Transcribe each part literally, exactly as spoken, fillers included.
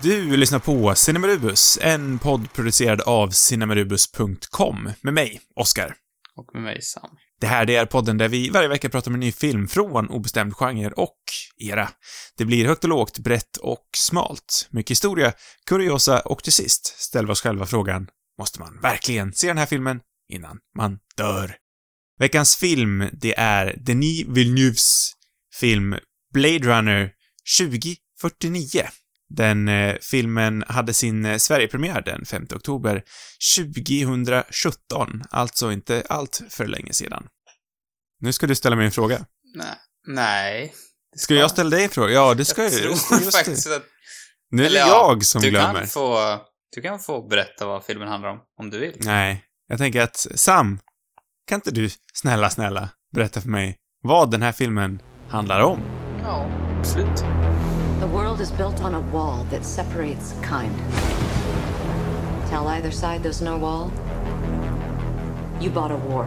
Du lyssnar på Cinemarubus, en podd producerad av cinemarubus punkt com med mig, Oscar. Och med mig, Sam. Det här det är podden där vi varje vecka pratar om en ny film från obestämd genre och era. Det blir högt och lågt, brett och smalt. Mycket historia, kuriosa och till sist ställer vi oss själva frågan: måste man verkligen se den här filmen innan man dör? Veckans film, det är Denis Villeneuves film Blade Runner tjugo fyrtionio. Den eh, filmen hade sin eh, Sverigepremiär den femte oktober tjugohundrasjutton, alltså inte allt för länge sedan. Nu ska du ställa mig en fråga. Nej. Nej. Ska, ska jag ställa dig en fråga? Ja, det ska jag. Jag tror just faktiskt att... Nu är det ja, jag som du glömmer. Kan få, du kan få berätta vad filmen handlar om, om du vill. Nej, jag tänker att Sam, kan inte du snälla, snälla berätta för mig vad den här filmen handlar om? Ja, absolut. The world is built on a wall that separates kind. Tell either side there's no wall. You bought a war.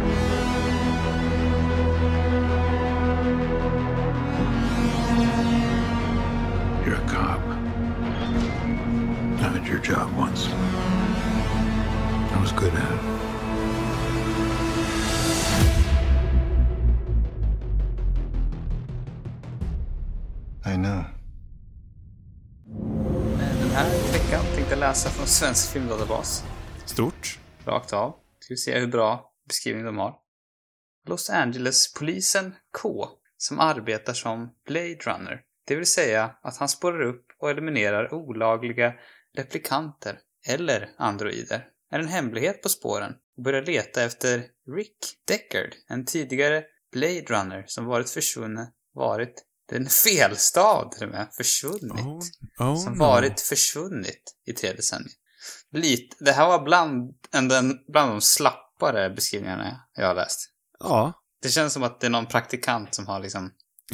You're a cop. I had your job once. I was good at it. I know. Den här veckan tänkte jag läsa från Svensk Filmdatabas. Stort. Rakt av. Ska vi se hur bra beskrivning de har. Los Angeles-polisen K, som arbetar som Blade Runner. Det vill säga att han spårar upp och eliminerar olagliga replikanter eller androider. Är en hemlighet på spåren och börjar leta efter Rick Deckard, en tidigare Blade Runner som varit försvunnen, varit det är en felstav till och med, försvunnit. Oh, oh som no. varit försvunnit i tre decennier. Lite, det här var bland, en, bland de slappare beskrivningarna jag har läst. Ja. Det känns som att det är någon praktikant som har liksom,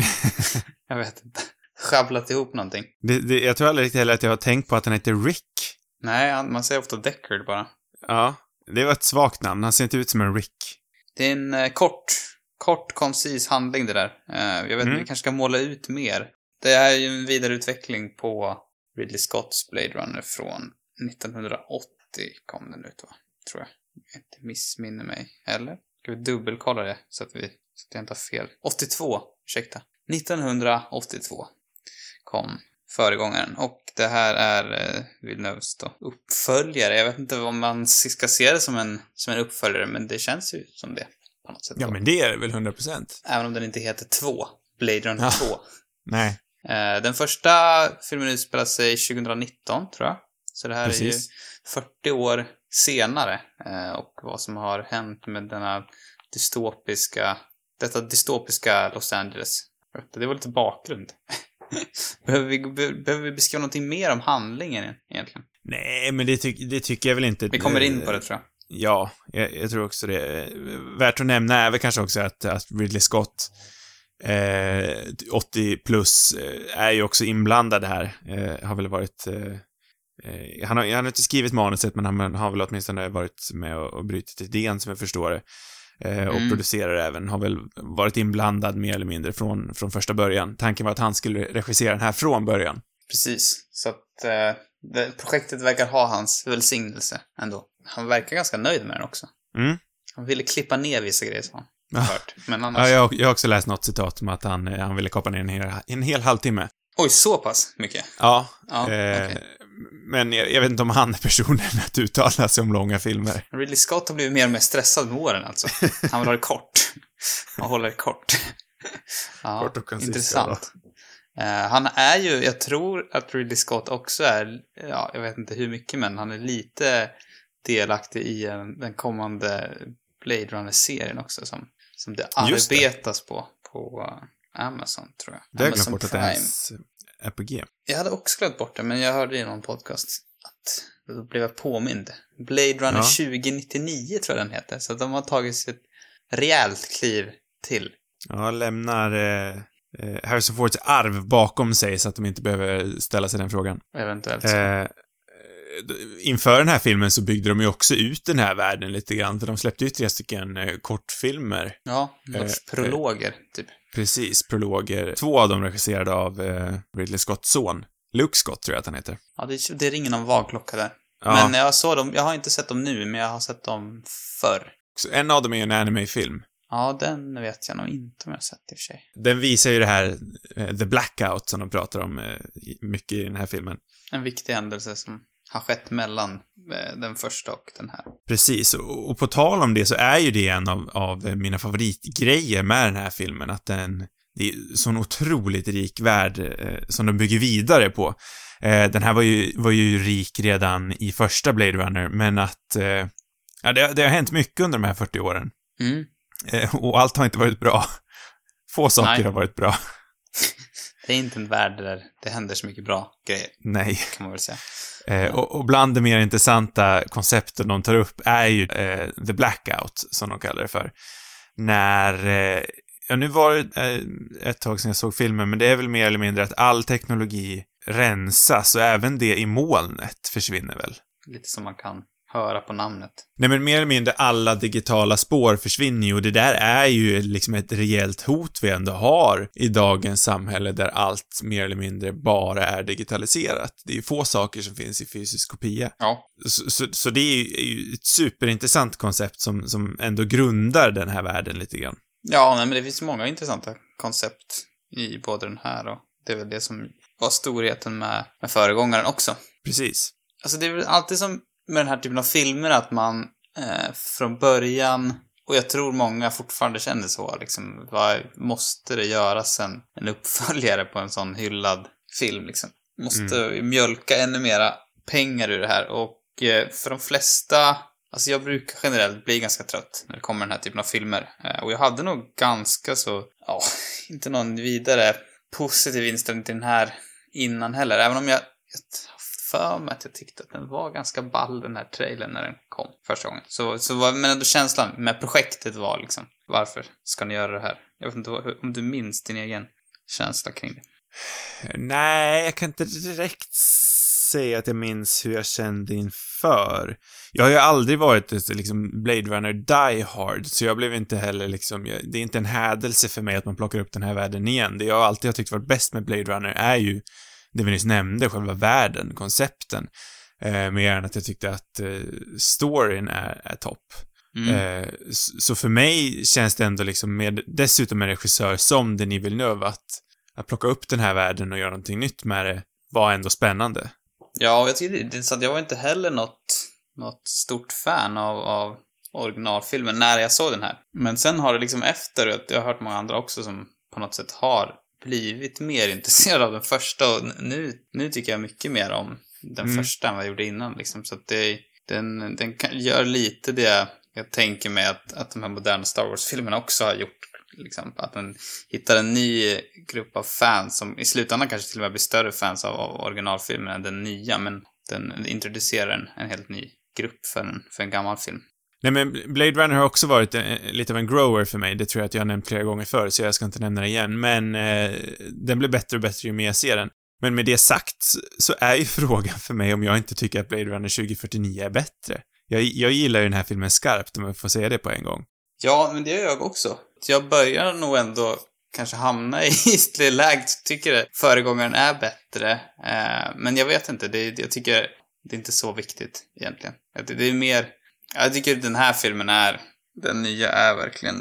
jag vet inte, schabblat ihop någonting. Det, det, jag tror aldrig riktigt heller att jag har tänkt på att han heter Rick. Nej, man säger ofta Deckard bara. Ja, det var ett svagt namn. Han ser inte ut som en Rick. Det är en eh, kort, kort, koncis handling det där. Eh, jag vet inte, Mm. vi kanske ska måla ut mer. Det här är ju en vidareutveckling på Ridley Scotts Blade Runner från nittonhundraåttio kom den ut, va? Tror jag. Jag inte missminner mig. Eller? Ska vi dubbelkolla det så att, vi, så att jag inte har fel. åttiotvå, ursäkta. nittonhundraåttiotvå kom föregångaren. Och det här är eh, Villeneuves då uppföljare. Jag vet inte om man ska se det som en, som en uppföljare, men det känns ju som det på något sätt. Ja, då. men det är det väl hundra procent. Även om den inte heter två. Blade Runner Ja. två. Nej. Eh, den första filmen utspelar sig tjugonitton, tror jag. Så det här Precis. är ju fyrtio år senare. Eh, och vad som har hänt med denna dystopiska, detta dystopiska Los Angeles. Det var lite bakgrund. behöver, vi, be, behöver vi beskriva någonting mer om handlingen egentligen? Nej, men det, ty- det tycker jag väl inte. Vi kommer in på det, tror jag. Ja, jag, jag tror också det. Värt att nämna är väl kanske också att, att Ridley Scott eh, åttio plus eh, är ju också inblandad här. Eh, har väl varit eh, eh, han, har, han har inte skrivit manuset, men han har väl åtminstone varit med och, och brytit idén, som jag förstår det. Eh, och Mm. producerar även. Har väl varit inblandad mer eller mindre från, från första början. Tanken var att han skulle regissera den här från början. Precis. Så att eh, det, projektet verkar ha hans välsignelse ändå. Han verkar ganska nöjd med den också. Mm. Han ville klippa ner vissa grejer, som han Ja. hört. Men annars... Ja, jag, jag har också läst något citat om att han, eh, han ville kapa ner en hel, en hel halvtimme. Oj, så pass mycket? Ja, Ja, eh, okej. men jag, jag vet inte om han är personen att uttala sig om långa filmer. Ridley Scott har blivit mer och mer stressad med åren, alltså. Han vill ha det kort. Han håller det kort. Ja, Kort och koncist, intressant. Uh, han är ju, jag tror att Ridley Scott också är, ja, jag vet inte hur mycket, men han är lite delaktig i en, den kommande Blade Runner-serien också, som, som det Just det. arbetas på, på uh, Amazon, tror jag. Det har jag glömt Amazon bort att det ens är på G. Jag hade också glömt bort det, men jag hörde i någon podcast att då blev jag påmind. Blade Runner Ja. tjugo nittionio tror jag den heter. Så de har tagit sig ett rejält kliv till. Ja, lämnar eh, eh, Harrison Fords arv bakom sig så att de inte behöver ställa sig den frågan. Eventuellt så. Eh, inför den här filmen så byggde de ju också ut den här världen lite grann, för de släppte ju tre stycken eh, kortfilmer. Ja, något eh, prologer, typ. Precis, prologer. Två av dem regisserade av eh, Ridley Scotts son. Luke Scott tror jag att han heter. Ja, det, det ringer någon vagklocka där. Ja. Men jag såg dem, jag har inte sett dem nu, men jag har sett dem förr. Så en av dem är ju en anime-film. Ja, den vet jag nog inte om jag har sett i och för sig. Den visar ju det här, uh, The Blackout, som de pratar om uh, mycket i den här filmen. En viktig händelse som har skett mellan uh, den första och den här. Precis, och, och på tal om det så är ju det en av, av mina favoritgrejer med den här filmen, att den, det är sån otroligt rik värld uh, som de bygger vidare på. Uh, den här var ju, var ju rik redan i första Blade Runner, men att uh, ja, det, det har hänt mycket under de här fyrtio åren. Mm. Och allt har inte varit bra. Få saker Nej. har varit bra. Det är inte en värld där det händer så mycket bra grejer. Nej. Kan man väl säga. Eh, och, och bland de mer intressanta koncepten de tar upp är ju eh, The Blackout, som de kallar det för. När, eh, ja nu var det eh, ett tag sedan jag såg filmen, men det är väl mer eller mindre att all teknologi rensas och även det i molnet försvinner väl. Lite som man kan höra på namnet. Nej, men mer eller mindre alla digitala spår försvinner ju, och det där är ju liksom ett rejält hot vi ändå har i dagens samhälle där allt mer eller mindre bara är digitaliserat. Det är ju få saker som finns i fysisk kopia. Ja. Så, så, så det är ju, är ju ett superintressant koncept som, som ändå grundar den här världen lite grann. Ja, nej, men det finns många intressanta koncept i både den här och det är väl det som var storheten med, med föregångaren också. Precis. Alltså det är väl alltid som med den här typen av filmer att man eh, från början, och jag tror många fortfarande känner så, liksom, vad måste det göras en, en uppföljare på en sån hyllad film, liksom. Måste mm. mjölka ännu mera pengar ur det här, och eh, för de flesta, alltså jag brukar generellt bli ganska trött när det kommer den här typen av filmer, eh, och jag hade nog ganska så, ja, inte någon vidare positiv inställning till den här innan heller, även om jag, jag för mig att jag tyckte att den var ganska ball, den här trailern, när den kom första gången. Så, så var, men ändå känslan med projektet var liksom, varför ska ni göra det här? Jag vet inte om du minns din egen känsla kring det. Nej, jag kan inte direkt säga att jag minns hur jag kände inför. Jag har ju aldrig varit ett liksom Blade Runner die hard, så jag blev inte heller liksom, jag, det är inte en hädelse för mig att man plockar upp den här världen igen. Det jag alltid har tyckt varit bäst med Blade Runner är ju det vi nyss nämnde, själva världen, koncepten. Eh, mer än att jag tyckte att eh, storyn är, är topp. Mm. Eh, så, så för mig känns det ändå liksom med, dessutom en regissör som Denis Villeneuve, att, att plocka upp den här världen och göra någonting nytt med det var ändå spännande. Ja, och jag tycker det är så att jag var inte heller något, något stort fan av, av originalfilmen när jag såg den här. Men sen har det liksom efter, jag har hört många andra också som på något sätt har blivit mer intresserad av den första, och nu, nu tycker jag mycket mer om den mm. första än vad jag gjorde innan liksom. Så att det, den, den kan, gör lite det jag tänker mig att, att de här moderna Star Wars-filmerna också har gjort liksom, att den hittar en ny grupp av fans som i slutändan kanske till och med blir större fans av, av originalfilmen än den nya, men den introducerar en, en helt ny grupp för en, för en gammal film. Nej, men Blade Runner har också varit en, lite av en grower för mig. Det tror jag att jag har nämnt flera gånger förr, så jag ska inte nämna det igen. Men eh, den blir bättre och bättre ju mer jag ser den. Men med det sagt så är ju frågan för mig om jag inte tycker att Blade Runner tjugo fyrtionio är bättre. Jag, jag gillar ju den här filmen skarpt, om jag får säga det på en gång. Ja, men det gör jag också. Jag börjar nog ändå kanske hamna i det läget, tycker det föregångaren är bättre. Eh, men jag vet inte, det, jag tycker det är inte så viktigt egentligen. Det, det är mer... Jag tycker den här filmen är, den nya är verkligen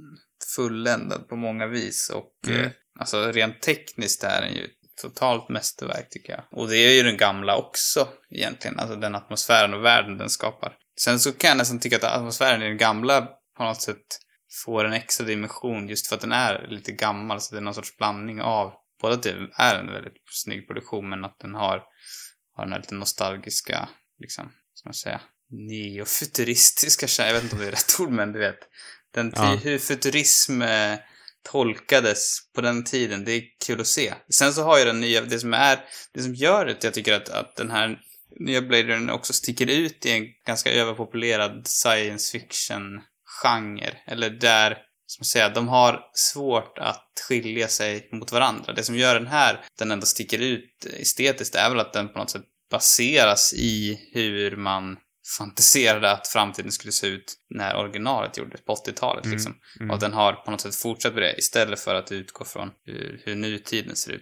fulländad på många vis, och mm. eh, alltså rent tekniskt är den ju totalt mästerverk tycker jag. Och det är ju den gamla också egentligen, alltså den atmosfären och världen den skapar. Sen så kan jag nästan tycka att atmosfären i den gamla på något sätt får en extra dimension just för att den är lite gammal, så det är någon sorts blandning av både att det är en väldigt snygg produktion, men att den har, har den här lite nostalgiska liksom, som man säger, neofuturistiska, jag vet inte om det är rätt ord, men du vet den ja. Hur futurism eh, tolkades på den tiden, det är kul att se. Sen så har ju den nya, det som är det som gör det, jag tycker att, att den här nya Blade Runner också sticker ut i en ganska överpopulerad science fiction-genre, eller där, som man säger, de har svårt att skilja sig mot varandra. Det som gör den här, den ändå sticker ut estetiskt, är väl att den på något sätt baseras i hur man fantiserade att framtiden skulle se ut när originalet gjordes på åttiotalet mm, liksom. Mm. Och den har på något sätt fortsatt med det istället för att utgå från hur, hur nutiden ser ut liksom.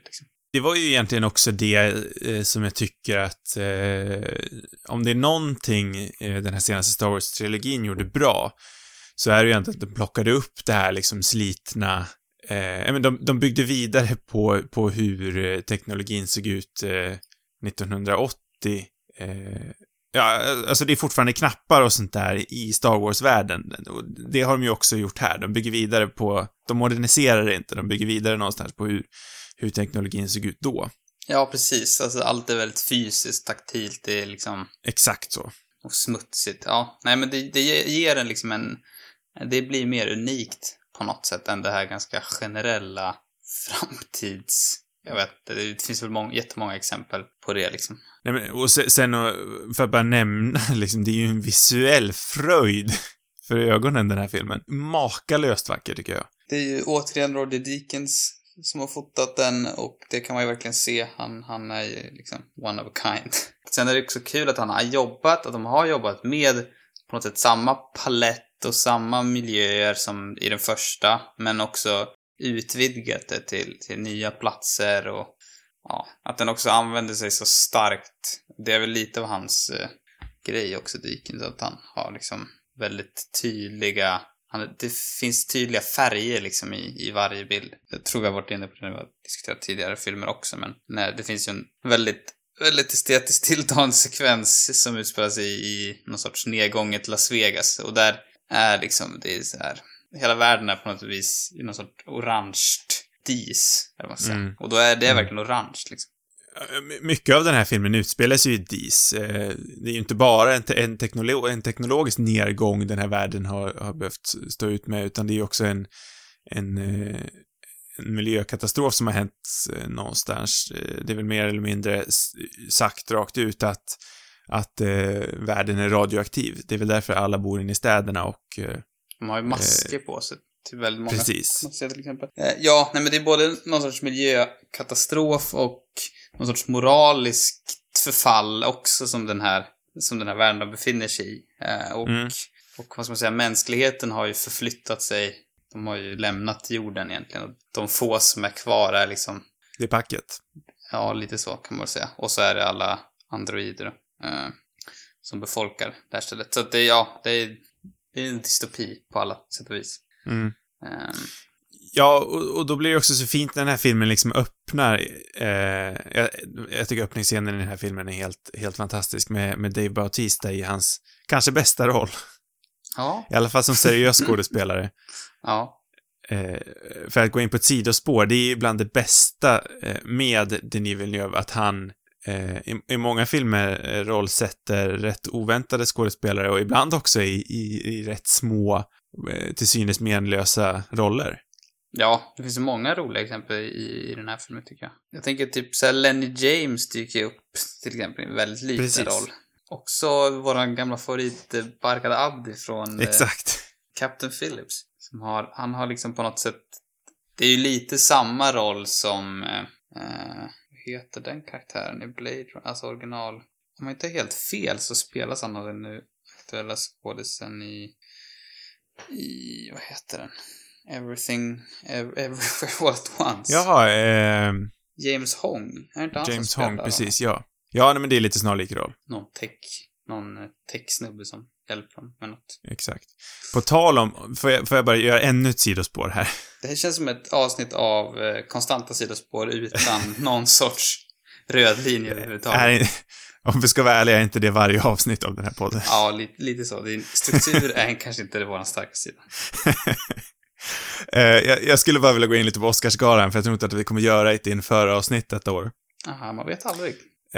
Det var ju egentligen också det eh, som jag tycker att eh, om det är någonting eh, den här senaste Star Wars-trilogin gjorde bra, så är det ju egentligen att de plockade upp det här liksom slitna eh, men de, de byggde vidare på, på hur teknologin såg ut eh, nittonhundraåttio. Eh, ja, alltså det är fortfarande knappar och sånt där i Star Wars-världen. Och det har de ju också gjort här. De bygger vidare på, de moderniserar det inte, de bygger vidare någonstans på hur, hur teknologin såg ut då. Ja, precis. Alltså allt är väldigt fysiskt, taktilt, det är liksom... Exakt så. Och smutsigt. Ja, nej men det, det ger en liksom en... Det blir mer unikt på något sätt än det här ganska generella framtids... Jag vet, det finns väl många, jättemånga exempel på det liksom. Nej, men, och sen, för att bara nämna, liksom, det är ju en visuell fröjd för ögonen, den här filmen. Makalöst vacker, tycker jag. Det är ju återigen Roger Deakins som har fotat den, och det kan man ju verkligen se. Han, han är ju liksom one of a kind. Sen är det också kul att han har jobbat, att de har jobbat med på något sätt samma palett och samma miljöer som i den första, men också utvidgat det till, till nya platser, och ja, att den också använder sig så starkt. Det är väl lite av hans eh, grej också, Deakins, att han har liksom väldigt tydliga, han, det finns tydliga färger liksom i, i varje bild. Jag tror vi har varit inne på det när vi har diskuterat tidigare filmer också, men nej, det finns ju en väldigt väldigt estetiskt tilltalande sekvens som utspelar sig i, i någon sorts nedgånget Las Vegas, och där är liksom, det är så här, hela världen är på något vis i någon sorts orange dis, eller vad man säger. Mm. Och då är det verkligen orange liksom. Mycket av den här filmen utspelas ju i dis. Det är ju inte bara en, te- en, teknolo- en teknologisk nedgång den här världen har, har behövt stå ut med, utan det är ju också en, en, en miljökatastrof som har hänt någonstans. Det är väl mer eller mindre sagt rakt ut att, att eh, världen är radioaktiv. Det är väl därför alla bor inne i städerna och... Eh, De har ju masker eh, på sig till väldigt många. Precis. Masker, till exempel. Eh, ja, nej men det är både någon sorts miljökatastrof och någon sorts moraliskt förfall också som den här, som den här världen befinner sig i. Eh, och, mm. och vad ska man säga, mänskligheten har ju förflyttat sig. De har ju lämnat jorden egentligen. Och de få som är kvar är liksom... Det är packet. Ja, lite så kan man säga. Och så är det alla androider eh, som befolkar det här stället. Så att det, ja, det är, det är en dystopi på alla sätt och vis. Mm. Um, Ja, och, och då blir det också så fint när den här filmen liksom öppnar. Eh, jag, jag tycker öppningsscenen i den här filmen är helt, helt fantastisk med, med Dave Bautista i hans kanske bästa roll. Ja. I alla fall som seriös skådespelare. Ja. Eh, för att gå in på ett sidospår, det är ju bland det bästa eh, med Denis Villeneuve att han eh, i, i många filmer eh, rollsätter rätt oväntade skådespelare och ibland också i, i, i rätt små eh, till synes menlösa roller. Ja, det finns så många roliga exempel i, i den här filmen tycker jag. Jag tänker typ så här, Lenny James dyker upp till exempel i en väldigt liten Precis. roll. Också våran gamla favorit Barkhad Abdi från Exakt. Eh, Captain Phillips. Som har, han har liksom på något sätt, det är ju lite samma roll som, eh, vad heter den karaktären i Blade Runner, alltså original. Om man inte är helt fel så spelas han av den nu aktuella skådisen i, i, vad heter den? Everything, ev- Everywhere All at Once. Jaha, eh... James Hong. Är inte han James som Hong, precis, ja. Ja, nej, men det är lite snarlik roll. Någon tech, någon tech-snubbe som hjälper dem med något. Exakt. På tal om, får jag, får jag bara göra ännu ett sidospår här? Det här känns som ett avsnitt av eh, konstanta sidospår utan någon sorts röd linje överhuvudtaget. Är, om vi ska vara ärliga, är inte det varje avsnitt av den här podden? Ja, lite, lite så. Din struktur är kanske inte vår starka sida. Uh, jag, jag skulle bara vilja gå in lite på Oscarsgalan, för jag tror inte att vi kommer göra ett inför avsnitt detta år. Aha, man vet aldrig.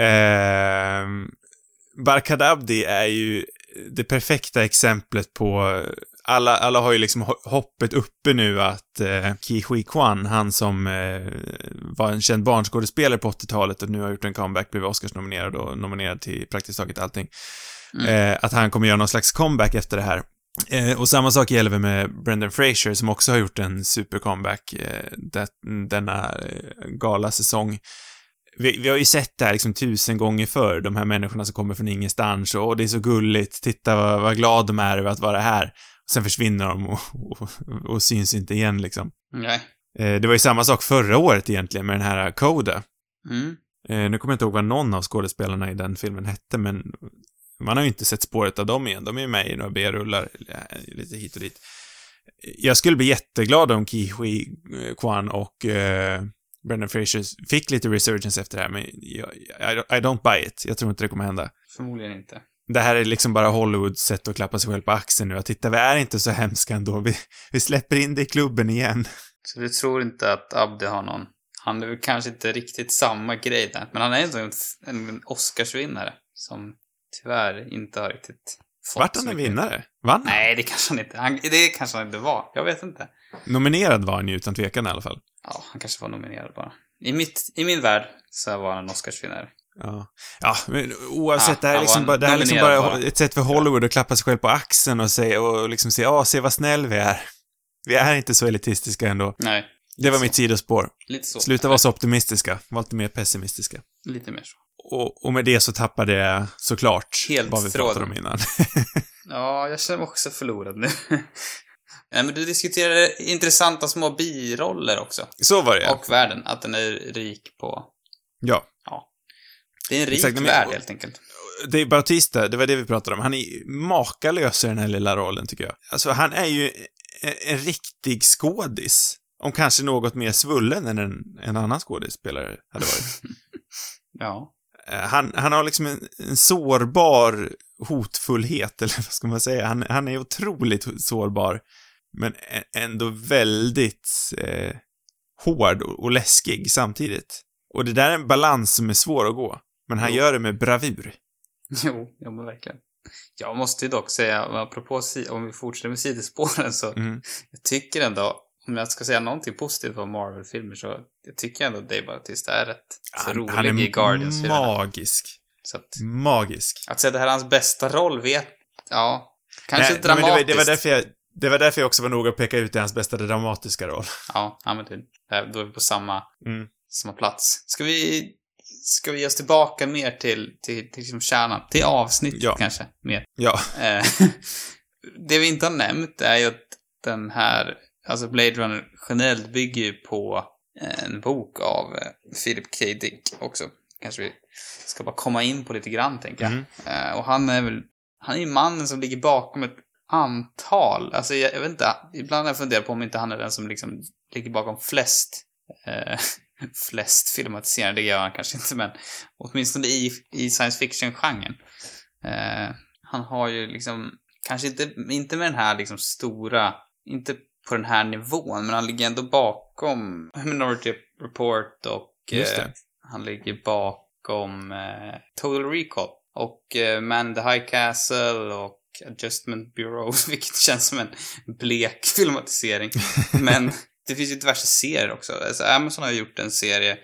Uh, Barkhad Abdi är ju det perfekta exemplet på... Alla, alla har ju liksom hoppet uppe nu att uh, Ke Huy Quan, han som uh, var en känd barnskådespelare på åttiotalet och nu har gjort en comeback, blev Oscars-nominerad och nominerad till praktiskt taget allting. Mm. Uh, att han kommer göra någon slags comeback efter det här. Eh, och samma sak gäller med Brendan Fraser som också har gjort en super comeback eh, det, denna eh, galasäsong. Vi, vi har ju sett det här liksom tusen gånger för de här människorna som kommer från ingenstans och, och det är så gulligt, titta vad, vad glad de är över att vara här. Och sen försvinner de och, och, och syns inte igen liksom. Nej. Eh, det var ju samma sak förra året egentligen med den här Coda. Mm. Eh, nu kommer jag inte ihåg vad någon av skådespelarna i den filmen hette, men man har ju inte sett spåret av dem igen. De är ju med i några B-rullar lite hit och dit. Jag skulle bli jätteglad om Ke Huy Quan och eh, Brendan Fraser fick lite resurgence efter det här, men jag, I, I don't buy it. Jag tror inte det kommer hända. Förmodligen inte. Det här är liksom bara Hollywoods sätt att klappa sig själv på axeln nu. Att titta, vi är inte så hemska ändå. Vi, vi släpper in det i klubben igen. Så du tror inte att Abdi har någon... Han är väl kanske inte riktigt samma grej där, men han är ändå en, en Oscarsvinnare som tyvärr inte har riktigt fått. Vart han en vinnare? Vann? Nej, det kanske han inte. Han, det kanske han inte var. Jag vet inte. Nominerad var han ju utan tvekan i alla fall. Ja, han kanske var nominerad bara. I, mitt, i min värld så var han en Oscarsvinnare. Ja, ja men oavsett, Ja, det här är han liksom, var bara, det här är liksom nominerad bara bara. ett sätt för Hollywood att klappa sig själv på axeln och säga, och liksom säga, ja, se vad snäll vi är. Vi är inte så elitistiska ändå. Nej. Det var så. mitt sidospår. Lite så. Sluta vara så optimistiska, var lite mer pessimistiska. Lite mer så. Och, och med det så tappade jag såklart Helt vad vi pratade tråden. om innan. Ja, jag känner mig också förlorad nu. Nej, men du diskuterade intressanta små biroller också. Så var det, ja. Och världen, att den är rik på... Ja. Ja. Det är en rik Exakt, men- värld helt enkelt. Dave Bautista, det var det vi pratade om. Han är makalös i den här lilla rollen, tycker jag. Alltså, han är ju en, en riktig skådis. Om kanske något mer svullen än en, en annan skådespelare hade varit. Ja. Eh, Han, han har liksom en, en sårbar hotfullhet, eller vad ska man säga? Han, han är otroligt sårbar, men ä- ändå väldigt eh, hård och, och läskig samtidigt. Och det där är en balans som är svår att gå. Men han Jo. gör det med bravur. Jo, ja men verkligen. Jag måste ju dock säga, apropå si- om vi fortsätter med sidospåren så Mm. jag tycker ändå, om jag ska säga någonting positivt om Marvel-filmer så jag tycker ändå Dave Bautista är rätt så Han, rolig han är i Guardians-filmerna. magisk. Så att, Magisk. att säga att det här är hans bästa roll vet, ja, kanske Nej, men dramatiskt. det, var, det, var därför jag, det var därför jag också var noga att peka ut i hans bästa dramatiska roll. Ja, ja men det, då är vi på samma, Mm. samma plats. Ska vi, ska vi ge oss tillbaka mer till, till, till liksom kärnan? Till avsnittet Ja. kanske, mer. Ja. Eh, det vi inte har nämnt är ju att den här, alltså Blade Runner generellt bygger ju på en bok av eh, Philip K. Dick också. Kanske vi ska bara komma in på lite grann, tänker jag. Mm. Eh, och han är väl, han är ju mannen som ligger bakom ett antal, alltså jag, jag vet inte, ibland har jag funderat på om inte han är den som liksom ligger bakom flest eh, flest filmatiseringar, det gör han kanske inte, men åtminstone i, i science fiction-genren. Eh, han har ju liksom, kanske inte, inte med den här liksom stora, inte på den här nivån, men han ligger ändå bakom Minority Report och Just det. eh, han ligger bakom eh, Total Recall och eh, Man in the High Castle och Adjustment Bureau, vilket känns som en blek filmatisering. Men det finns ju diverse serier också. Alltså Amazon har gjort en serie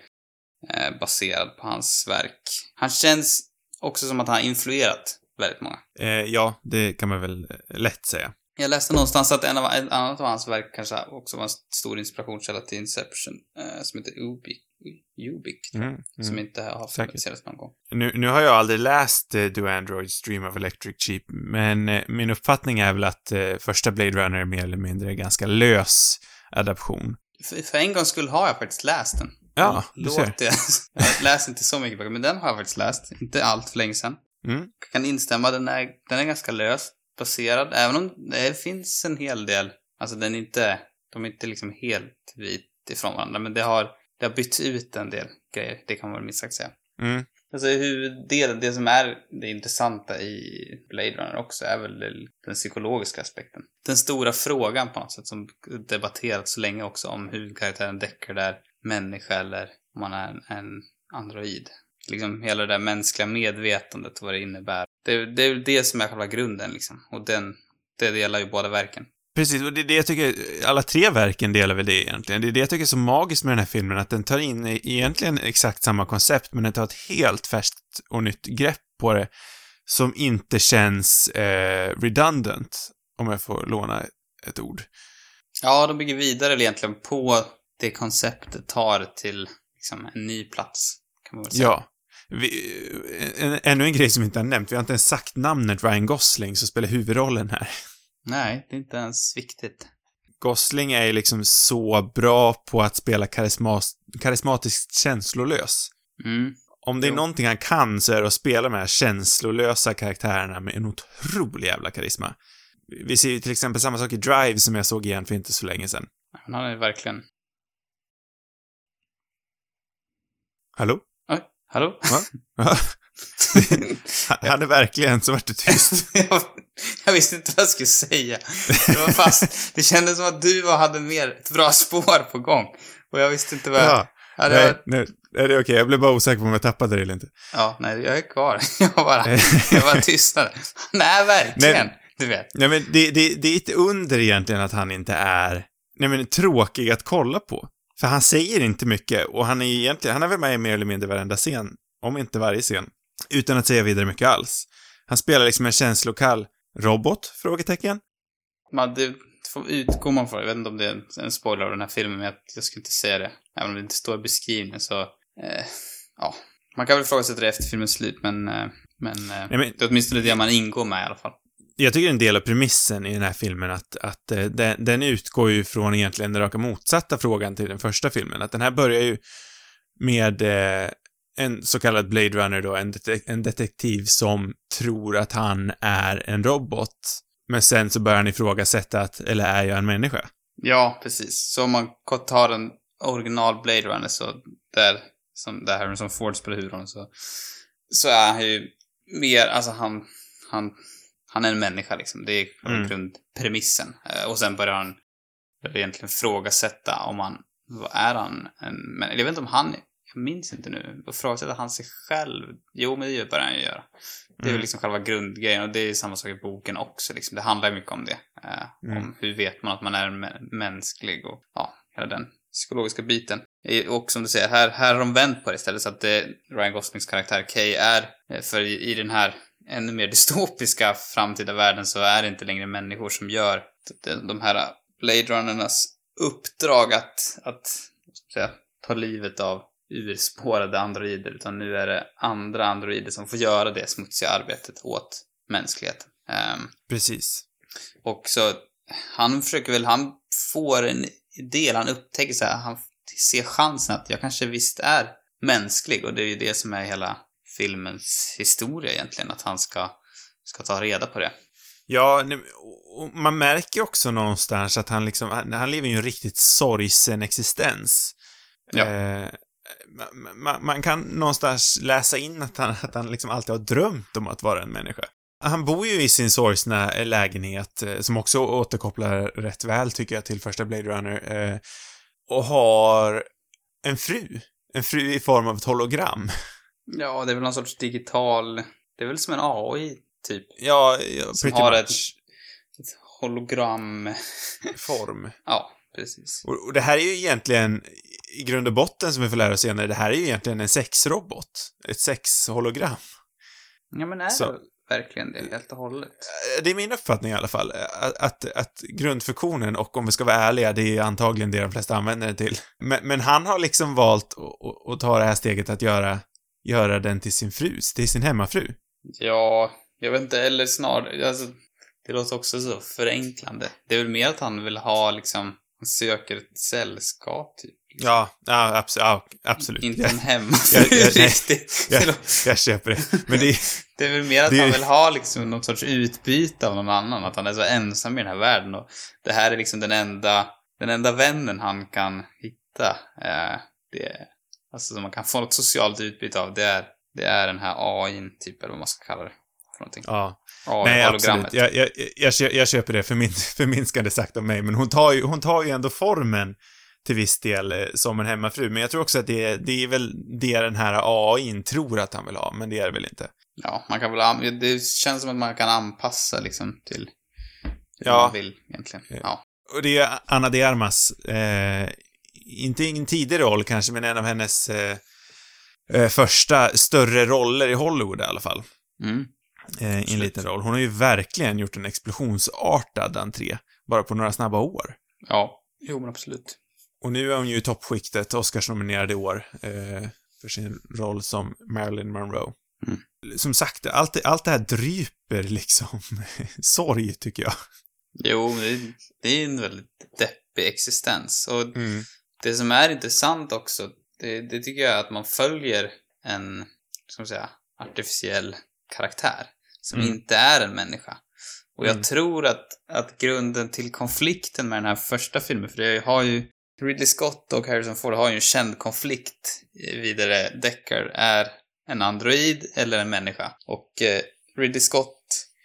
eh, baserad på hans verk. Han känns också som att han har influerat väldigt många. Eh, ja, det kan man väl lätt säga. Jag läste någonstans att en av, en annat av hans verk kanske också var en stor inspirationskälla till Inception, eh, som heter Ubik, Ubik tror jag, Mm, som mm. inte har Säkert. filmatiserats någon gång. Nu, nu har jag aldrig läst eh, Do Androids Dream of Electric Sheep, men eh, min uppfattning är väl att eh, första Blade Runner är mer eller mindre ganska lös adaption. För, för en gång skulle ha jag faktiskt läst den. Ja, du ser. Låt det. Jag läser inte så mycket böcker, men den har jag faktiskt läst. Inte allt för länge sedan. Mm. Jag kan instämma, den är, den är ganska löst baserad, även om det finns en hel del, alltså den är inte, de är inte liksom helt vit ifrån varandra, men det har, det har bytt ut en del grejer, det kan man minst sagt säga. Mm. Alltså huvuddelen, det som är det intressanta i Blade Runner också är väl den psykologiska aspekten. Den stora frågan på något sätt som debatterats så länge också om huvudkaraktären Deckard är människa eller om man är en, en android. Liksom hela det där mänskliga medvetandet och vad det innebär. Det, det är det som är själva grunden liksom. Och den, det delar ju båda verken. Precis, och det är det jag tycker, alla tre verken delar väl det egentligen. Det är det jag tycker är så magiskt med den här filmen, att den tar in egentligen exakt samma koncept, men den tar ett helt färskt och nytt grepp på det som inte känns eh, redundant, om jag får låna ett ord. Ja, de bygger vidare egentligen på det konceptet, tar till liksom en ny plats, kan man väl säga. Ja. Vi, en, ännu en grej som vi inte har nämnt, vi har inte ens sagt namnet Ryan Gosling som spelar huvudrollen här. Nej, det är inte ens viktigt. Gosling är ju liksom så bra på att spela karismas, karismatiskt känslolös. Mm. Om det är Jo. någonting han kan så är det att spela de här känslolösa karaktärerna med en otrolig jävla karisma. Vi ser ju till exempel samma sak i Drive som jag såg igen för inte så länge sedan. Men han är verkligen... Hallå? Oj, hallå? Va? Ja. Han är verkligen, så vart det tyst. jag, jag visste inte vad jag skulle säga. Det var fast, det kändes som att du hade mer ett bra spår på gång. Och jag visste inte vad jag... Ja. Ja, det Nej, var... nej, nej, det är okej. Jag blev bara osäker på om jag tappade det eller inte. ja, nej, jag är kvar. Jag bara, jag bara tystnade. Nej, verkligen. Nej. Du vet. Nej, men det, det, det är ett under egentligen att han inte är, nej men, tråkig att kolla på. För han säger inte mycket och han är egentligen, han är väl med i mer eller mindre varenda scen, om inte varje scen, utan att säga vidare mycket alls. Han spelar liksom en känslokall robot, frågetecken. Man, det får utgå man för. Jag vet inte om det är en spoiler av den här filmen, men jag, jag skulle inte säga det. Även om det inte står i beskrivningen så, eh, ja. Man kan väl ifrågasätta det efter filmens slut, men, eh, men, eh, Nej, men det är åtminstone det man ingår med i alla fall. jag tycker en del av premissen i den här filmen att, att eh, den, den utgår ju från egentligen den raka motsatta frågan till den första filmen. Att den här börjar ju med eh, en så kallad Blade Runner då, en, det- en detektiv som tror att han är en robot. Men sen så börjar han ifrågasätta att, eller är jag en människa? Ja, precis. Så om man tar en original Blade Runner så där, som där Harrison Ford spelar huvudrollen så, så är han ju mer, alltså han, han, han är en människa liksom. Det är Mm. grundpremissen. Eh, Och sen börjar han börjar egentligen frågasätta om han, vad är han en människa? Jag vet inte om han, jag minns inte nu, och frågasätta han sig själv. Jo, men det börjar han ju göra. Det är väl Mm. liksom själva grundgrejen, och det är samma sak i boken också liksom. Det handlar ju mycket om det. Eh, Mm. Om hur vet man att man är mä- mänsklig och ja, hela den psykologiska biten. Eh, Och som du säger, här, här har de vänt på det istället så att det, Ryan Goslings karaktär Kay är, eh, för i, i den här ännu mer dystopiska framtida världen så är det inte längre människor som gör de, de här Blade Runnernas uppdrag att, att vad ska jag säga, ta livet av urspårade androider, utan nu är det andra androider som får göra det smutsiga arbetet åt mänskligheten. Ehm, Precis. och så han försöker väl, han får en idé, han upptäcker så här, han ser chansen att jag kanske visst är mänsklig, och det är ju det som är hela filmens historia egentligen, att han ska, ska ta reda på det. Ja, nu- och man märker också någonstans att han liksom, han, han lever ju en riktigt sorgsen existens. Ja. Eh, man, man, man kan någonstans läsa in att han, att han liksom alltid har drömt om att vara en människa. Han bor ju i sin sorgsna lägenhet, eh, som också återkopplar rätt väl, tycker jag, till första Blade Runner, eh, och har en fru. En fru i form av ett hologram. Ja, det är väl någon sorts digital, det är väl som en A I typ. Ja, ja Som pretty har much. ett, ett hologram. Form. Ja, precis. Och, och det här är ju egentligen, i grund och botten som vi får lära oss senare, det här är ju egentligen en sexrobot. Ett sexhologram. Ja, men är Så- det verkligen det helt och hållet? Eh, Det är min uppfattning i alla fall. Att, att, att grundfunktionen, och om vi ska vara ärliga, det är antagligen det de flesta använder det till. Men, men han har liksom valt att, att, att ta det här steget att göra, göra den till sin fru, till sin hemmafru. Ja, jag vet inte, eller snarare, alltså, det låter också så förenklande. Det är väl mer att han vill ha liksom, han söker ett sällskap typ. Ja, ja, abs- ja absolut. Inte Jag, en hemma jag- jag- nej. riktigt. jag, Det låter- jag köper det. Men det är... Det är väl mer att Det- han vill ha liksom något sorts utbyte av någon annan. Att han är så ensam i den här världen. Och det här är liksom den enda, den enda vännen han kan hitta. Eh, det, alltså som man kan få något socialt utbyte av. Det är, det är den här A I:n typ, eller vad man ska kalla det för någonting. Ja. A Nej, I-hologrammet. absolut. Jag, jag, jag, kö- jag köper det för min, förminskande sagt av mig, men hon tar ju, hon tar ju ändå formen till viss del eh, som en hemmafru. Men jag tror också att det, det är väl det den här A I:n tror att han vill ha, men det är det väl inte. Ja, man kan väl, an- det känns som att man kan anpassa liksom till hur Ja. man vill egentligen. Ja. Och det är Ana de Armas, eh, inte ingen tidig roll kanske, men en av hennes eh, eh, första större roller i Hollywood i alla fall. Mm. Eh, I en liten roll. Hon har ju verkligen gjort en explosionsartad entré, bara på några snabba år. Ja, jo men absolut. Och nu är hon ju i toppskiktet, Oscarsnominerad i år, eh, för sin roll som Marilyn Monroe. Mm. Som sagt, allt, allt det här dryper liksom sorg, tycker jag. Jo, men det, det är en väldigt deppig existens. Och Mm. det som är intressant också, det, det tycker jag är att man följer en, ska man säga, artificiell karaktär som Mm. inte är en människa. Och jag Mm. tror att, att grunden till konflikten med den här första filmen, för det har ju Ridley Scott och Harrison Ford har ju en känd konflikt vidare. Deckard är en android eller en människa. Och eh, Ridley Scott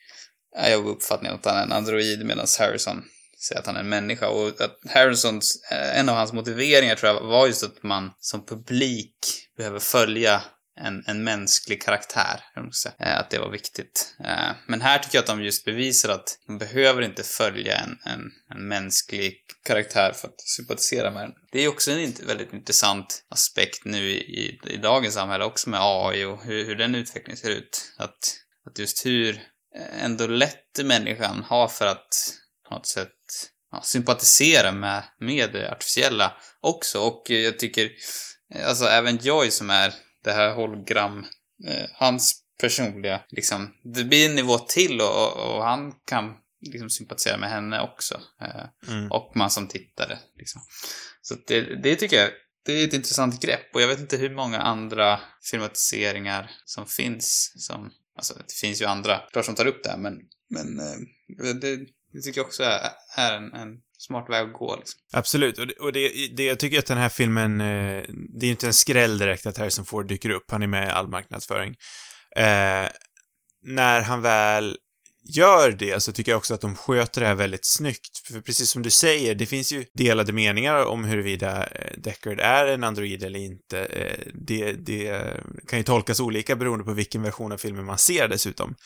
är jag uppfattning att han är en android medan Harrison säger att han är en människa. Och att Harrisons, eh, en av hans motiveringar tror jag var just att man som publik behöver följa en, en mänsklig karaktär. Eh, att det var viktigt. Eh, men här tycker jag att de just bevisar att man behöver inte följa en, en, en mänsklig karaktär för att sympatisera med den. Det är också en väldigt intressant aspekt nu i, i, i dagens samhälle också med A I och hur, hur den utvecklingen ser ut. Att, att just hur ändå lätt människan har för att på något sätt ja, sympatisera med, med det artificiella också. Och jag tycker, alltså även Joy som är det här hologram, eh, hans personliga, liksom, det blir en nivå till och, och, och han kan liksom sympatisera med henne också. Eh, Mm. Och man som tittare, liksom. Så det, det tycker jag, det är ett intressant grepp och jag vet inte hur många andra filmatiseringar som finns som, alltså det finns ju andra klart som tar upp det här, men, men eh, det, det tycker jag också är, är en, en smart väg att gå liksom. Absolut, och, det, och det, det, jag tycker att den här filmen, eh, det är ju inte en skräll direkt att Harrison Ford dyker upp, han är med i all marknadsföring. Eh, när han väl gör det så tycker jag också att de sköter det här väldigt snyggt. För precis som du säger, det finns ju delade meningar om huruvida Deckard är en android eller inte. Det, det kan ju tolkas olika beroende på vilken version av filmen man ser dessutom.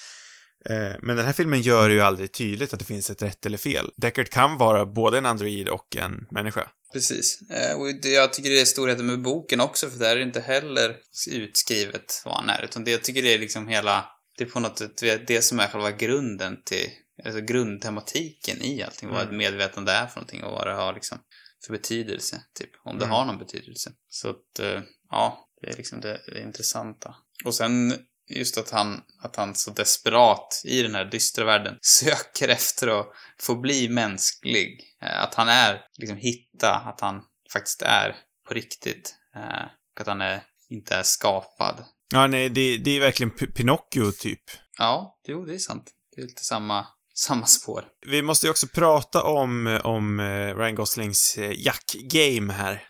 Men den här filmen gör ju aldrig tydligt att det finns ett rätt eller fel. Deckard kan vara både en android och en människa. Precis. Och det, jag tycker det är storheten med boken också, för där är det inte heller utskrivet vad han är. Utan det, jag tycker det är liksom hela, det är på något sätt det som är själva grunden till, alltså grundtematiken i allting. Mm. Vad ett medvetande är för någonting och vad det har liksom för betydelse, typ. Om det mm. har någon betydelse. Så att, ja, det är liksom det, det är intressanta. Och sen just att han, att han så desperat i den här dystra världen söker efter att få bli mänsklig. Att han är, liksom hitta, att han faktiskt är på riktigt. Och att han är, inte är skapad. Ja, nej, det, det är verkligen P- Pinocchio typ. Ja, jo, det är sant. Det är lite samma, samma spår. Vi måste ju också prata om, om Ryan Goslings jack-game här.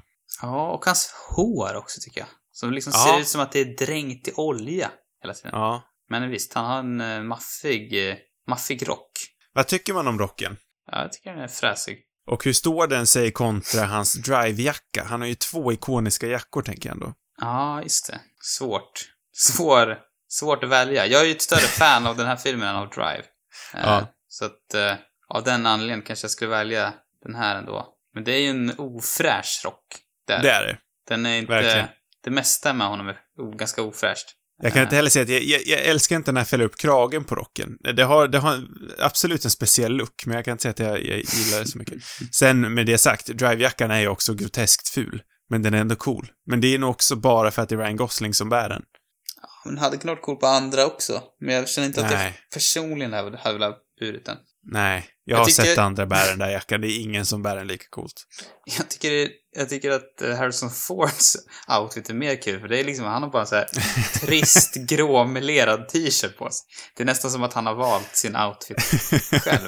Ja, och hans hår också tycker jag. Som liksom ja. ser ut som att det är dränkt i olja hela tiden. Ja. Men visst, han har en uh, maffig, uh, maffig rock. Vad tycker man om rocken? Ja, jag tycker den är fräsig. Och hur står den sig kontra hans drive-jacka? Han har ju två ikoniska jackor, tänker jag ändå. Ja, just det. Svårt. Svår, svårt att välja. Jag är ju ett större fan av den här filmen än av Drive. Ja. Uh, så att uh, av den anledningen kanske jag skulle välja den här ändå. Men det är ju en ofräsch rock. Där. Det är det. Den är inte... Verkligen. Det mesta med honom är ganska ofräscht. Jag kan inte heller säga att jag, jag, jag älskar inte när jag fäller upp kragen på rocken. Det har, det har absolut en speciell look, men jag kan inte säga att jag, jag gillar det så mycket. Sen med det sagt, drivejackan är ju också groteskt ful. Men den är ändå cool. Men det är nog också bara för att det är Ryan Gosling som bär den. Ja, men hade kunnat cool på andra också. Men jag känner inte att Nej. jag personligen hade, hade velat burit den. Nej, jag, Jag har tycker- sett andra bära den där jackan. Det är ingen som bär den lika coolt. Jag tycker, jag tycker att Harrison Fords outfit är mer kul. För det är liksom, han har bara en så här trist gråmelerad t-shirt på sig. Det är nästan som att han har valt sin outfit själv.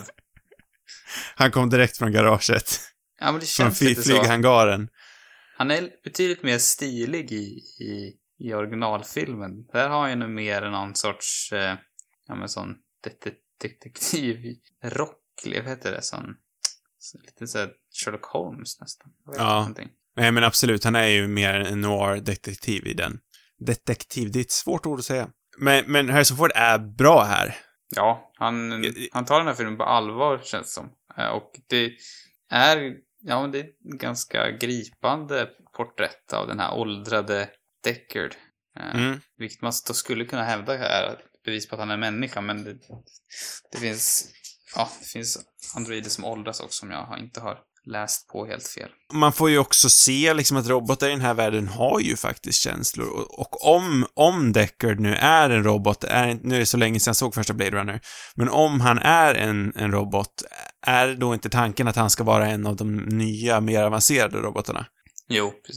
Han kom direkt från garaget. Ja, men det Från känns fly- lite så. flyghangaren. Han är betydligt mer stilig i, i, i originalfilmen. Där har han ju mer någon sorts, eh, ja men sån det- detektivrock, vad heter det? Sån, så lite såhär Sherlock Holmes nästan. Jag vet Ja. någonting. Nej, men absolut. Han är ju mer en noir-detektiv i den. Detektiv, det är ett svårt ord att säga. Men, men Harrison Ford är bra här. Ja, han, han tar den här filmen på allvar, känns det som. Eh, Och det är, ja men det är ett ganska gripande porträtt av den här åldrade Deckard. Eh, Mm. Vilket man då skulle kunna hävda är ett bevis på att han är en människa, men det, det finns, ja, det finns androider som åldras också som jag har- inte har läst på helt fel. Man får ju också se liksom att robotar i den här världen har ju faktiskt känslor. Och, och om, om Deckard nu är en robot, är, nu är det så länge sedan jag såg första Blade Runner, men om han är en, en robot, är då inte tanken att han ska vara en av de nya, mer avancerade robotarna? Jo, precis.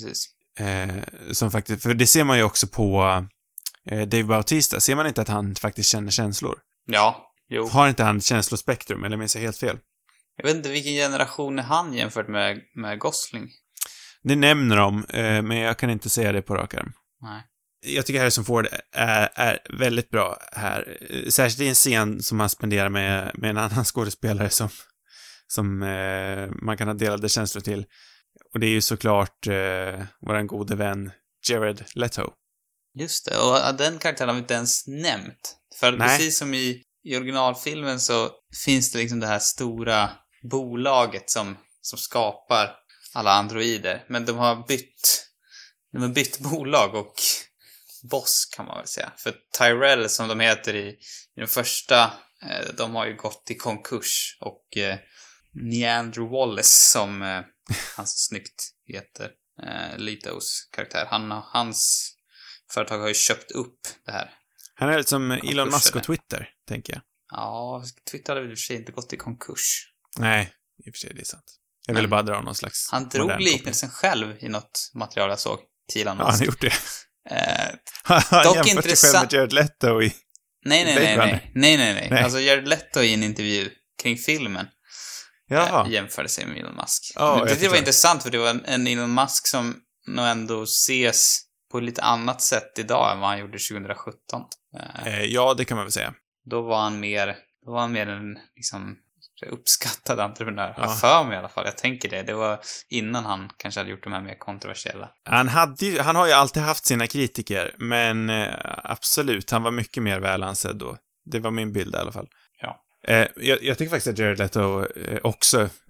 Eh, som faktiskt, för det ser man ju också på eh, Dave Bautista. Ser man inte att han faktiskt känner känslor? Ja, jo. Har inte han känslospektrum, eller minns jag helt fel? Jag vet inte vilken generation är han jämfört med, med Gosling. Det nämner de, eh, men jag kan inte säga det på rak arm. Nej. Jag tycker Harrison Ford är, är väldigt bra här. Särskilt i en scen som han spenderar med, med en annan skådespelare som, som eh, man kan ha delade känslor till. Och det är ju såklart eh, våran gode vän Jared Leto. Just det, och den karaktären har vi inte ens nämnt. För Nej. precis som i, i originalfilmen så finns det liksom det här stora bolaget som, som skapar alla androider. Men de har bytt, de har bytt bolag och boss kan man väl säga. För Tyrell som de heter i, i den första, eh, de har ju gått i konkurs. Och eh, Neander Wallace som eh, han så snyggt heter, eh, Letos karaktär. Han, hans företag har ju köpt upp det här. Han är lite som Elon Musk och Konkurser. Twitter, tänker jag. Ja, Twitter hade väl i och för sig inte gått i konkurs. Nej, i och för sig, det är sant. Jag ville Men bara dra någon slags Han drog modern liknelsen själv i något material jag såg till Elon koppling. Ja, han Musk. har gjort det. Eh, Han har Dock jämfört sig själv intressant- med Jared Leto i... nej, nej, Blade nej, Runner. nej, nej, nej, nej. Nej. Alltså Jared Leto i en intervju kring filmen Jaha. eh, jämförde sig med Elon Musk. Ja, Men jag det, det var förstår. intressant för det var en, en Elon Musk som nog ändå ses på lite annat sätt idag än vad han gjorde tjugosjutton. Eh, Eh, ja, det kan man väl säga. Då var han mer, då var han mer en liksom uppskattad entreprenör. Ja. Ja. För mig i alla fall. Jag tänker det. Det var innan han kanske hade gjort de här mer kontroversiella. Han, hade ju, han har ju alltid haft sina kritiker, men eh, absolut, han var mycket mer väl ansedd då. Det var min bild i alla fall. Ja. Eh, jag, jag tycker faktiskt att Jared Leto eh, också, eh,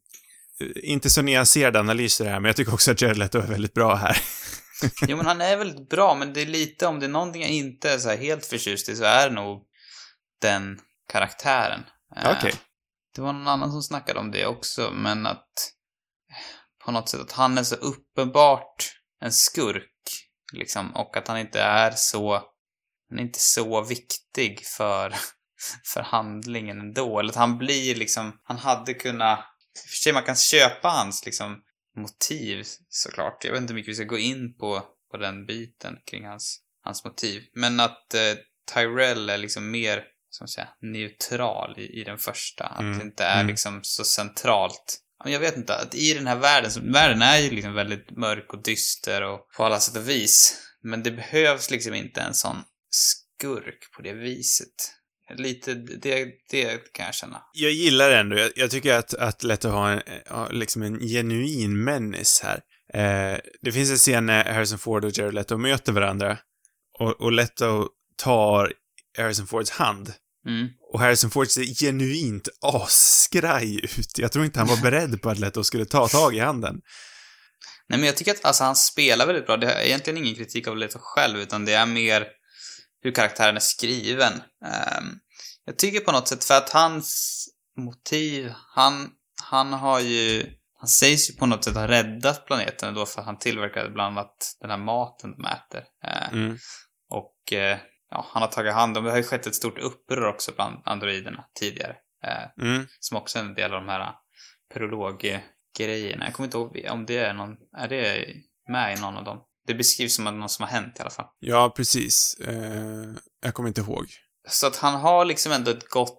inte så nyanserade analyser här, men jag tycker också att Jared Leto är väldigt bra här. Jo, men han är väldigt bra, men det är lite, om det är någonting jag inte är så här helt förtjust i så är det nog den karaktären. Eh, Okej. Det var någon annan som snackade om det också, men att på något sätt att han är så uppenbart en skurk, liksom, och att han inte är så, han är inte så viktig för, för handlingen ändå. Eller att han blir liksom, han hade kunnat, i och för sig man kan köpa hans liksom motiv såklart. Jag vet inte hur mycket vi ska gå in på, på den biten kring hans, hans motiv. Men att eh, Tyrell är liksom mer, som säga, neutral i, i den första. Att Mm, det inte är mm. liksom så centralt. Men jag vet inte, att i den här världen, så, världen är ju liksom väldigt mörk och dyster och på alla sätt och vis. Men det behövs liksom inte en sån skurk på det viset. Lite, det, det kan jag känna. Jag gillar det ändå. Jag, jag tycker att, att Leto har en, har liksom en genuin menace här. Eh, det finns en scen när Harrison Ford och Jared Leto möter varandra. Och, och Leto tar Harrison Fords hand. Mm. Och Harrison Ford ser genuint asskraj ut. Jag tror inte han var beredd på att Leto skulle ta tag i handen. Nej, men jag tycker att alltså, han spelar väldigt bra. Det är egentligen ingen kritik av Leto själv, utan det är mer hur karaktären är skriven. Um, jag tycker på något sätt, för att hans motiv, han, han har ju, han sägs ju på något sätt ha räddat planeten då, för att han tillverkade bland annat den här maten de äter. Uh, Mm. Och uh, ja, han har tagit hand om, det har ju skett ett stort uppror också bland androiderna tidigare. Uh, Mm. Som också är en del av de här prologgrejerna. Jag kommer inte ihåg om det är någon, är det med i någon av dem? Det beskrivs som något som har hänt i alla fall. Ja, precis. Eh, jag kommer inte ihåg. Så att han har liksom ändå ett gott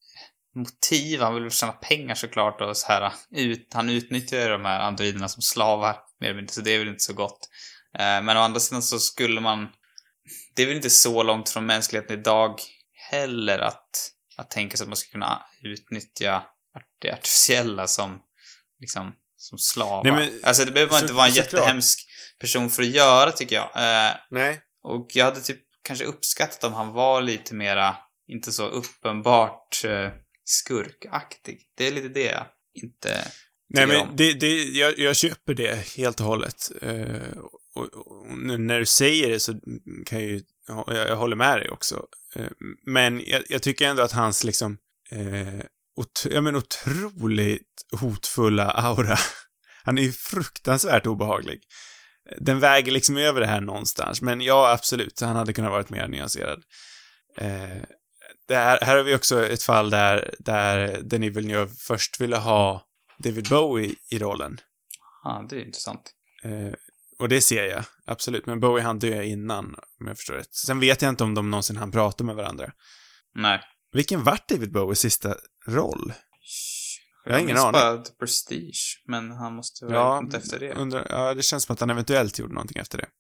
motiv. Han vill väl tjäna pengar såklart och så här. Ut, han utnyttjar ju de här androiderna som slavar. Mer eller mindre, så det är väl inte så gott. Eh, men å andra sidan så skulle man, det är väl inte så långt från mänskligheten idag heller att, att tänka sig att man ska kunna utnyttja det artificiella som liksom som slavar. Nej, men, alltså det behöver man så, inte vara en såklart. jättehemsk person för att göra, tycker jag. Eh, Nej. och jag hade typ kanske uppskattat om han var lite mera, inte så uppenbart eh, skurkaktig. Det är lite det jag inte Nej, tycker men om. det, det, jag, jag köper det helt och hållet. Eh, och, och nu när du säger det så kan jag ju, jag, jag håller med dig också. Eh, men jag, jag tycker ändå att hans liksom, eh, ot, ja, men otroligt hotfulla aura, han är ju fruktansvärt obehaglig. Den väger liksom över det här någonstans. Men ja, absolut, han hade kunnat varit mer nyanserad. Eh, det här, här har vi också ett fall där, där Denis Villeneuve först ville ha David Bowie i rollen. Ja, det är intressant. Eh, Och det ser jag, absolut. Men Bowie han dör innan, om jag förstår rätt. Sen vet jag inte om de någonsin han pratar med varandra. Nej. Vilken vart David Bowies sista roll? Jag har Jag ingen minns aning. bara The Prestige, men han måste väl ha kommit efter det. Undrar, ja, det känns som att han eventuellt gjorde någonting efter det.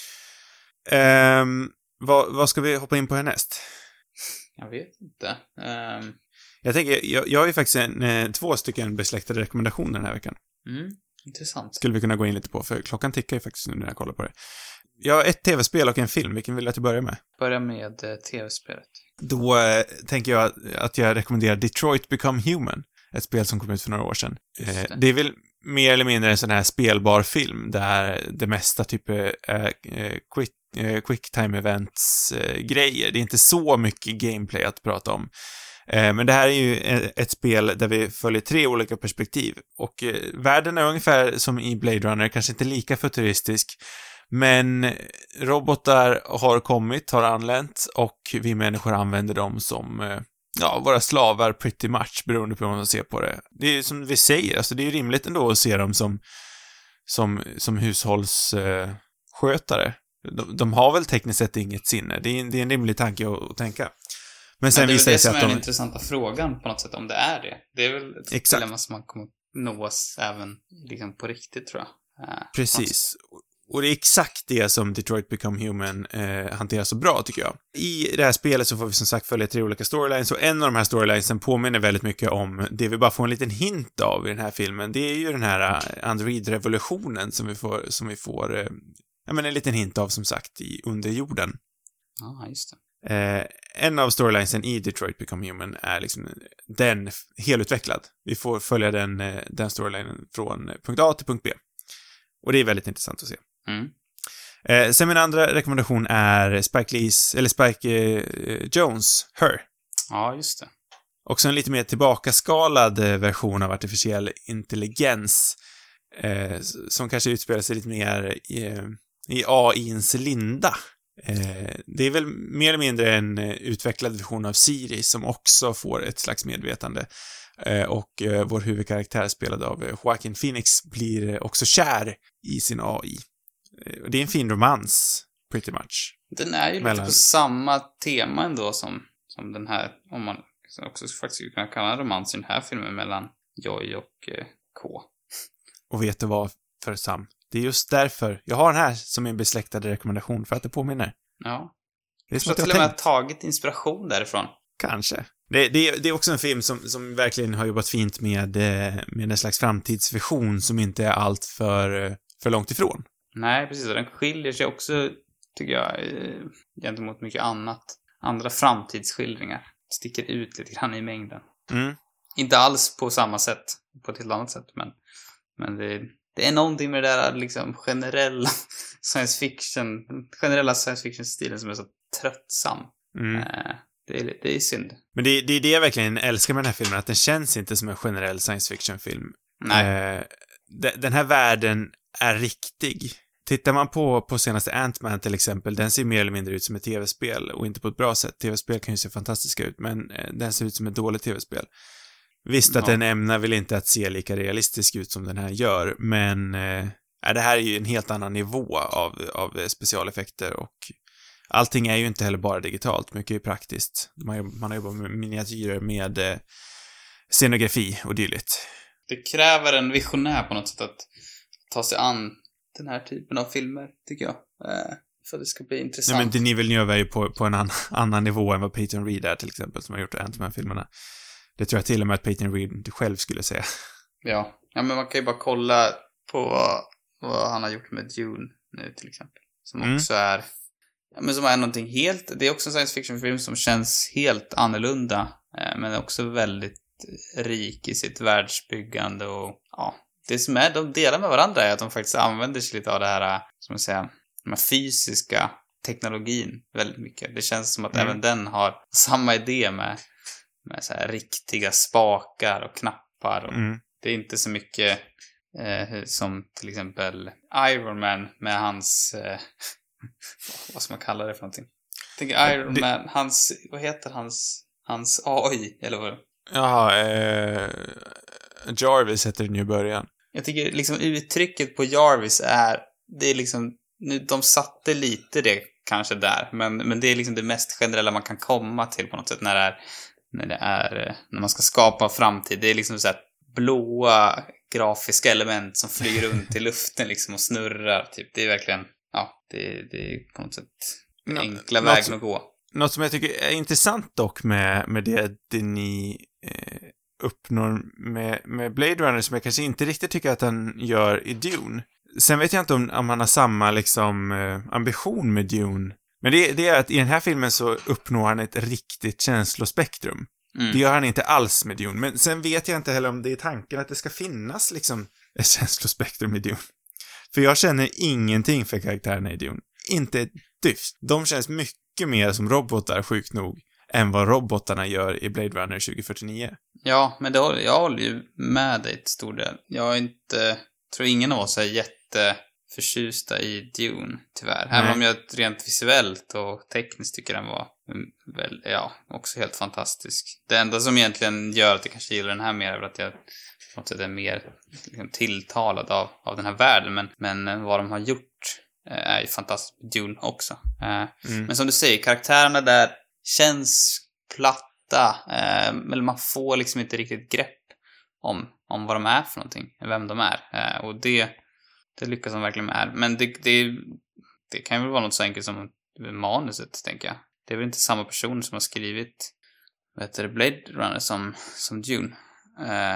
Um, vad, vad ska vi hoppa in på härnäst? Jag vet inte. Um... Jag tänker, jag, jag har ju faktiskt en, eh, två stycken besläktade rekommendationer den här veckan. Mm, intressant. Skulle vi kunna gå in lite på, för klockan tickar ju faktiskt nu när jag kollar på det. Jag har ett tv-spel och en film. Vilken vill jag att du börjar med? Börja med eh, tv-spelet. Då eh, tänker jag att jag rekommenderar Detroit Become Human. Ett spel som kom ut för några år sedan. Eh, det. det är väl mer eller mindre en sån här spelbar film där det mesta typ är eh, quick, eh, quick time events eh, grejer. Det är inte så mycket gameplay att prata om. Eh, men det här är ju ett spel där vi följer tre olika perspektiv. Och eh, världen är ungefär som i Blade Runner, kanske inte lika futuristisk. Men robotar har kommit, har anlänt och vi människor använder dem som eh, ja, våra slavar pretty much, beroende på hur man ser på det. Det är ju som vi säger, alltså det är ju rimligt ändå att se dem som som, som hushållsskötare. Eh, de, de har väl tekniskt sett inget sinne. Det är, det är en rimlig tanke att, att tänka. Men sen Men det är väl det som att är de... den intressanta frågan på något sätt, om det är det. Det är väl ett Exakt. dilemma som man kommer nås även liksom på riktigt, tror jag. Eh, Precis. Och det är exakt det som Detroit Become Human eh, hanterar så bra, tycker jag. I det här spelet så får vi som sagt följa tre olika storylines, och en av de här storylinesen påminner väldigt mycket om det vi bara får en liten hint av i den här filmen. Det är ju den här uh, Android-revolutionen som vi får, som vi får uh, ja, men en liten hint av, som sagt, i underjorden. Ja, just det. Eh, en av storylinesen i Detroit Become Human är liksom den helutvecklad. Vi får följa den, eh, den storylinen från punkt A till punkt B. Och det är väldigt intressant att se. Mm. Eh, sen min andra rekommendation är Spike Lee's, eller Spike eh, Jones, Her. Ja, just det. Också en lite mer tillbakaskalad eh, version av artificiell intelligens. Eh, som kanske utspelar sig lite mer i, i A I:ns linda. Eh, det är väl mer eller mindre en eh, utvecklad version av Siri som också får ett slags medvetande. Eh, och eh, vår huvudkaraktär, spelad av eh, Joaquin Phoenix, blir eh, också kär i sin A I. Eh, det är en fin romans, pretty much. Den är ju Mellan... lite på samma tema ändå som, som den här, om man också faktiskt skulle kunna kalla en romans i den här filmen mellan Joy och eh, K. Och vet du vad, för Sam? Det är just därför jag har den här som en besläktad rekommendation, för att det påminner. Ja. Det är som Jag att tror jag till och med tänkt. tagit inspiration därifrån. Kanske. Det, det, det är också en film som, som verkligen har jobbat fint med, med en slags framtidsvision som inte är allt för, för långt ifrån. Nej, precis. Den skiljer sig också, tycker jag, gentemot mycket annat. Andra framtidsskildringar. Sticker ut lite grann i mängden. Mm. Inte alls på samma sätt, på ett helt annat sätt, men, men det, det är någonting med det där liksom generella science fiction, generella science fiction-stilen som är så tröttsam. Mm. Eh, det, är, det är synd. Men det, det är det jag verkligen älskar med den här filmen, att den känns inte som en generell science fiction-film. Nej. Eh, de, den här världen är riktig. Tittar man på, på senaste Ant-Man till exempel, den ser mer eller mindre ut som ett tv-spel, och inte på ett bra sätt. Tv-spel kan ju se fantastiska ut, men eh, den ser ut som ett dåligt tv-spel. Visst att Ja. den ämnar väl inte att se lika realistisk ut som den här gör, men eh, det här är ju en helt annan nivå av, av specialeffekter, och allting är ju inte heller bara digitalt, mycket är praktiskt. Man, man har jobbat med miniatyrer, med eh, scenografi och dylikt. Det kräver en visionär på något sätt att ta sig an den här typen av filmer, tycker jag. Eh, för att det ska bli intressant. Nej, men Denis Villeneuve är ju på, på en an, annan nivå än vad Peyton Reed är till exempel, som har gjort Ant-Man-filmerna. Det tror jag till och med att Peyton Reed själv skulle säga. Ja. ja, men man kan ju bara kolla på vad, vad han har gjort med Dune nu till exempel. Som Mm. också är, ja, men som är någonting helt, det är också en science fiction-film som känns helt annorlunda, eh, men också väldigt rik i sitt världsbyggande, och ja, det som är, de delar med varandra är att de faktiskt använder sig lite av det här, som man säger, de här fysiska teknologin väldigt mycket. Det känns som att Mm. även den har samma idé med, med så här riktiga spakar och knappar, och Mm. det är inte så mycket eh, som till exempel Iron Man med hans eh, vad ska man kalla det för någonting? Jag tänker Iron Det- Man, hans, vad heter hans hans A I, eller vad? Jaha, eh, Jarvis heter den ju i början. Jag tycker liksom uttrycket på Jarvis är det är liksom, nu, de satte lite det kanske där, men, men det är liksom det mest generella man kan komma till på något sätt när det är, när det är, när man ska skapa framtid. Det är liksom så här blåa grafiska element som flyger runt i luften liksom och snurrar, typ. Det är verkligen, ja, det, det är på något sätt den enkla Nå- vägen att gå. Något som jag tycker är intressant dock med, med det, det ni eh, uppnår med, med Blade Runner, som jag kanske inte riktigt tycker att han gör i Dune. Sen vet jag inte om, om han har samma liksom eh, ambition med Dune. Men det, det är att i den här filmen så uppnår han ett riktigt känslospektrum. Mm. Det gör han inte alls med Dune. Men sen vet jag inte heller om det är tanken att det ska finnas liksom ett känslospektrum i Dune. För jag känner ingenting för karaktärerna i Dune. Inte ett dyft. De känns mycket mer som robotar, sjukt nog, än vad robotarna gör i Blade Runner tjugo fyrtionio. Ja, men det håller, jag håller ju med dig till stor del. Jag är inte, tror ingen av oss är jätteförtjusta i Dune, tyvärr. Nej. Även om jag rent visuellt och tekniskt tycker den var väl, ja, också helt fantastisk. Det enda som egentligen gör att jag kanske gillar den här mer är att jag på något sätt är mer liksom tilltalad av, av den här världen. Men, men vad de har gjort är ju fantastiskt med Dune också. Mm. Men som du säger, karaktärerna där känns platta. Eh, eller man får liksom inte riktigt grepp om, om vad de är för någonting. Vem de är. Eh, och det, det lyckas de verkligen med. Men det, det, det kan ju väl vara något så enkelt som manuset, tänker jag. Det är väl inte samma person som har skrivit, vad heter det, Blade Runner som, som Dune. Eh,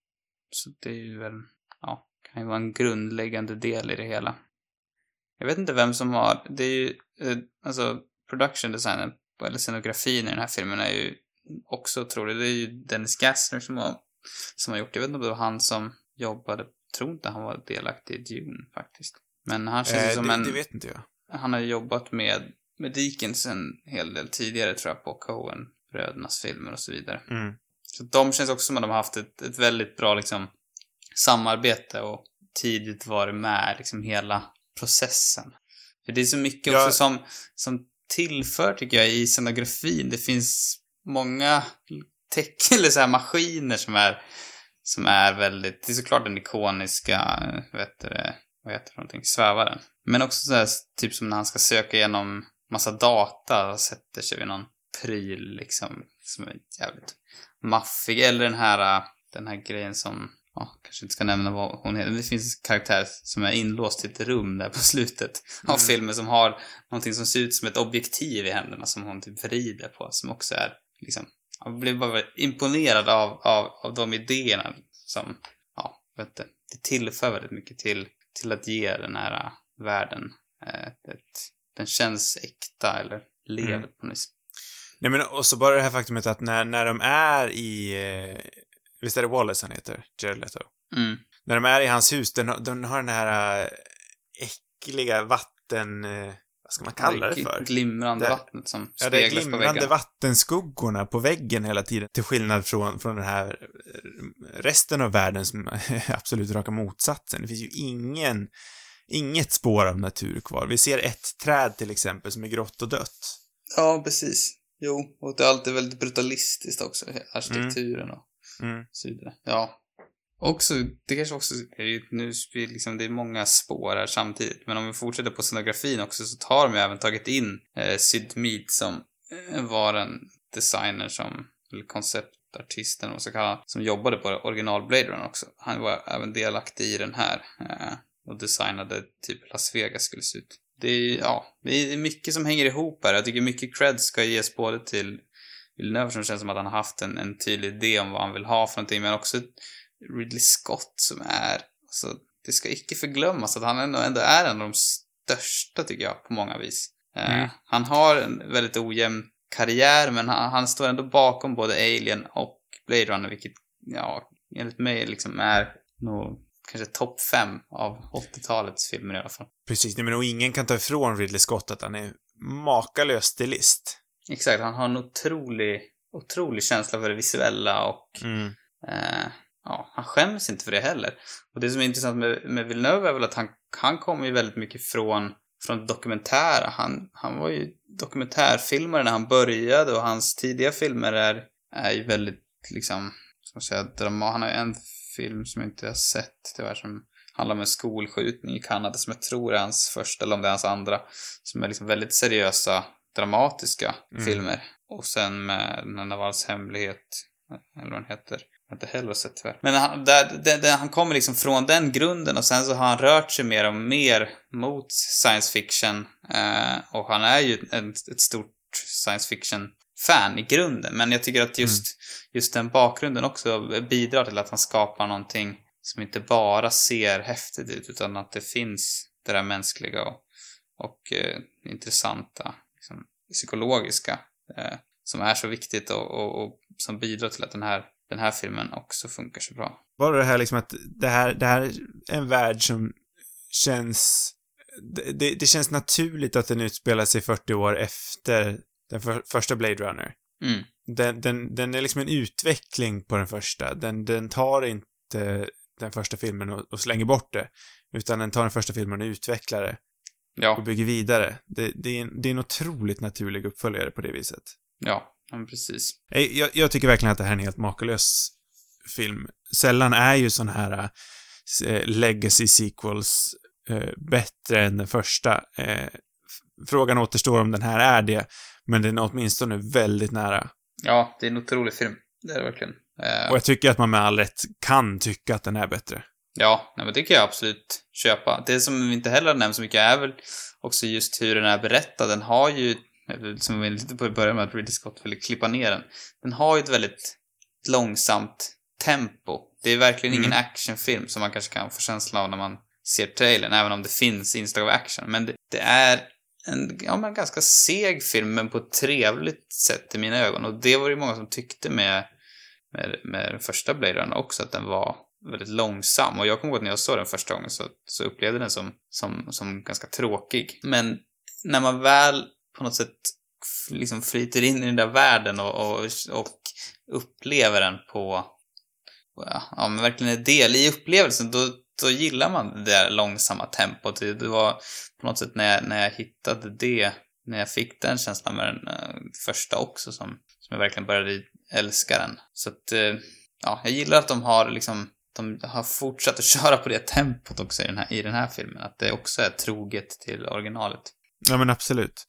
så det är ju väl, ja, kan ju vara en grundläggande del i det hela. Jag vet inte vem som har, det är ju, eh, alltså production designen eller scenografin i den här filmen är ju också otrolig. Det är ju Dennis Gassner som har, som har gjort, jag vet inte om det var han som jobbade, tror inte han var delaktig i Dune faktiskt. Men han känns eh, som det, en, det vet inte jag. Han har jobbat med, med Deakins en hel del tidigare, tror jag, på Coen-brödernas filmer och så vidare. Mm. Så de känns också som att de har haft ett, ett väldigt bra liksom samarbete och tidigt varit med liksom hela processen. För det är så mycket ja. också som, som tillför, tycker jag, i scenografin. Det finns många tecken eller så här maskiner som är som är väldigt, det är såklart den ikoniska, vet du, vad heter det någonting, svävaren. Men också så här, typ som när han ska söka igenom massa data och sätter sig vid någon pryl liksom, som är jävligt maffig. Eller den här, den här grejen som, ja, kanske inte ska nämna vad hon heter. Det finns en karaktär som är inlåst i ett rum där på slutet av mm. filmen, som har någonting som ser ut som ett objektiv i händerna som hon typ vrider på, som också är liksom, jag blev bara imponerad av, av, av de idéerna som, ja, vet inte, det tillför väldigt mycket till, till att ge den här uh, världen uh, ett, den känns äkta eller lever mm. på något vis. Nej, men och så bara det här faktumet att när, när de är i eh, visst är det Wallace han heter, Jared Leto. Mm. När de är i hans hus, den, den har den här äh, äckliga vatten, äh, vad ska man kalla det, det för? Glimrande det, vattnet som ja, det är speglas på väggen. glimrande vattenskuggorna på väggen hela tiden. Till skillnad från, från den här resten av världen som är absolut raka motsatsen. Det finns ju ingen, inget spår av natur kvar. Vi ser ett träd till exempel som är grått och dött. Ja, precis. Jo, och det är alltid väldigt brutalistiskt också, arkitekturen och Mm. så vidare. Ja. Också, det kanske också är ju, nu liksom, det är många spår här samtidigt, men om vi fortsätter på scenografin också, så tar de ju även tagit in eh, Syd Mead som eh, var en designer som, eller konceptartisten vad man ska kalla, som jobbade på original Blade Runner också. Han var även delaktig i den här eh, och designade typ Las Vegas skulle se ut. Det är, ja, det är mycket som hänger ihop här. Jag tycker mycket cred ska ges både till Villeneuve, som känns som att han har haft en, en tydlig idé om vad han vill ha för någonting, men också Ridley Scott som är, alltså, det ska icke förglömmas att han ändå, ändå är en av de största, tycker jag, på många vis. Mm. Uh, han har en väldigt ojämn karriär, men han, han står ändå bakom både Alien och Blade Runner, vilket, ja, enligt mig liksom är nog kanske topp fem av åttiotalets filmer i alla fall. Precis, men och ingen kan ta ifrån Ridley Scott att han är makalös stilist. Exakt, han har en otrolig, otrolig känsla för det visuella och mm. eh, ja, han skäms inte för det heller. Och det som är intressant med, med Villeneuve är väl att han, han kommer ju väldigt mycket från, från dokumentära. Han, han var ju dokumentärfilmare när han började, och hans tidiga filmer är, är ju väldigt liksom, ska man säga, drama. Han har en film som jag inte har sett, det var som handlar om en skolskjutning i Kanada som jag tror är hans första, eller om det är hans andra, som är liksom väldigt seriösa, dramatiska mm. filmer. Och sen med Navals hemlighet, eller vad den heter, jag har inte heller sett tyvärr. Men han, där, där, där, han kommer liksom från den grunden och sen så har han rört sig mer och mer mot science fiction. Eh, och han är ju ett, ett stort science fiction fan i grunden. Men jag tycker att just, mm. just den bakgrunden också bidrar till att han skapar någonting som inte bara ser häftigt ut, utan att det finns det där mänskliga och, och eh, intressanta, liksom, psykologiska, eh, som är så viktigt och, och, och som bidrar till att den här, den här filmen också funkar så bra. Bara det här liksom att det här, det här är en värld som känns, det, det känns naturligt att den utspelar sig fyrtio år efter den för, första Blade Runner. Mm. Den, den, den är liksom en utveckling på den första. Den, den tar inte den första filmen och, och slänger bort det, utan den tar den första filmen och utvecklar det. Ja. Och bygger vidare. Det, det, är en, det är en otroligt naturlig uppföljare på det viset. Ja, men precis. Jag, jag tycker verkligen att det här är en helt makalös film. Sällan är ju sån här äh, legacy sequels äh, bättre än den första. Äh, frågan återstår om den här är det, men den är åtminstone väldigt nära. Ja, det är en otrolig film. Det är det verkligen. Äh... Och jag tycker att man med all rätt kan tycka att den är bättre. Ja, nej, men det kan jag absolut köpa. Det som vi inte heller nämnt så mycket är väl också just hur den är berättad. Den har ju, som vi lite på i början med att Ridley Scott ville klippa ner den. Den har ju ett väldigt långsamt tempo. Det är verkligen mm. ingen actionfilm som man kanske kan få känslan av när man ser trailern, även om det finns inslag av action. Men det, det är en, ja, men ganska seg film, men på ett trevligt sätt i mina ögon. Och det var ju många som tyckte med, med, med den första Blade Runner också, att den var väldigt långsam. Och jag kommer ihåg att när jag såg den första gången så, så upplevde den som, som, som ganska tråkig. Men när man väl på något sätt liksom flyter in i den där världen och, och, och upplever den på, ja, men verkligen är del i upplevelsen, då, då gillar man det där långsamma tempot. Det, det var på något sätt när jag, när jag hittade det, när jag fick den känslan med den uh, första också, som, som jag verkligen började älska den. Så att, uh, ja, jag gillar att de har liksom de har fortsatt att köra på det tempot också i den här, i den här filmen. Att det också är troget till originalet. Ja, men absolut.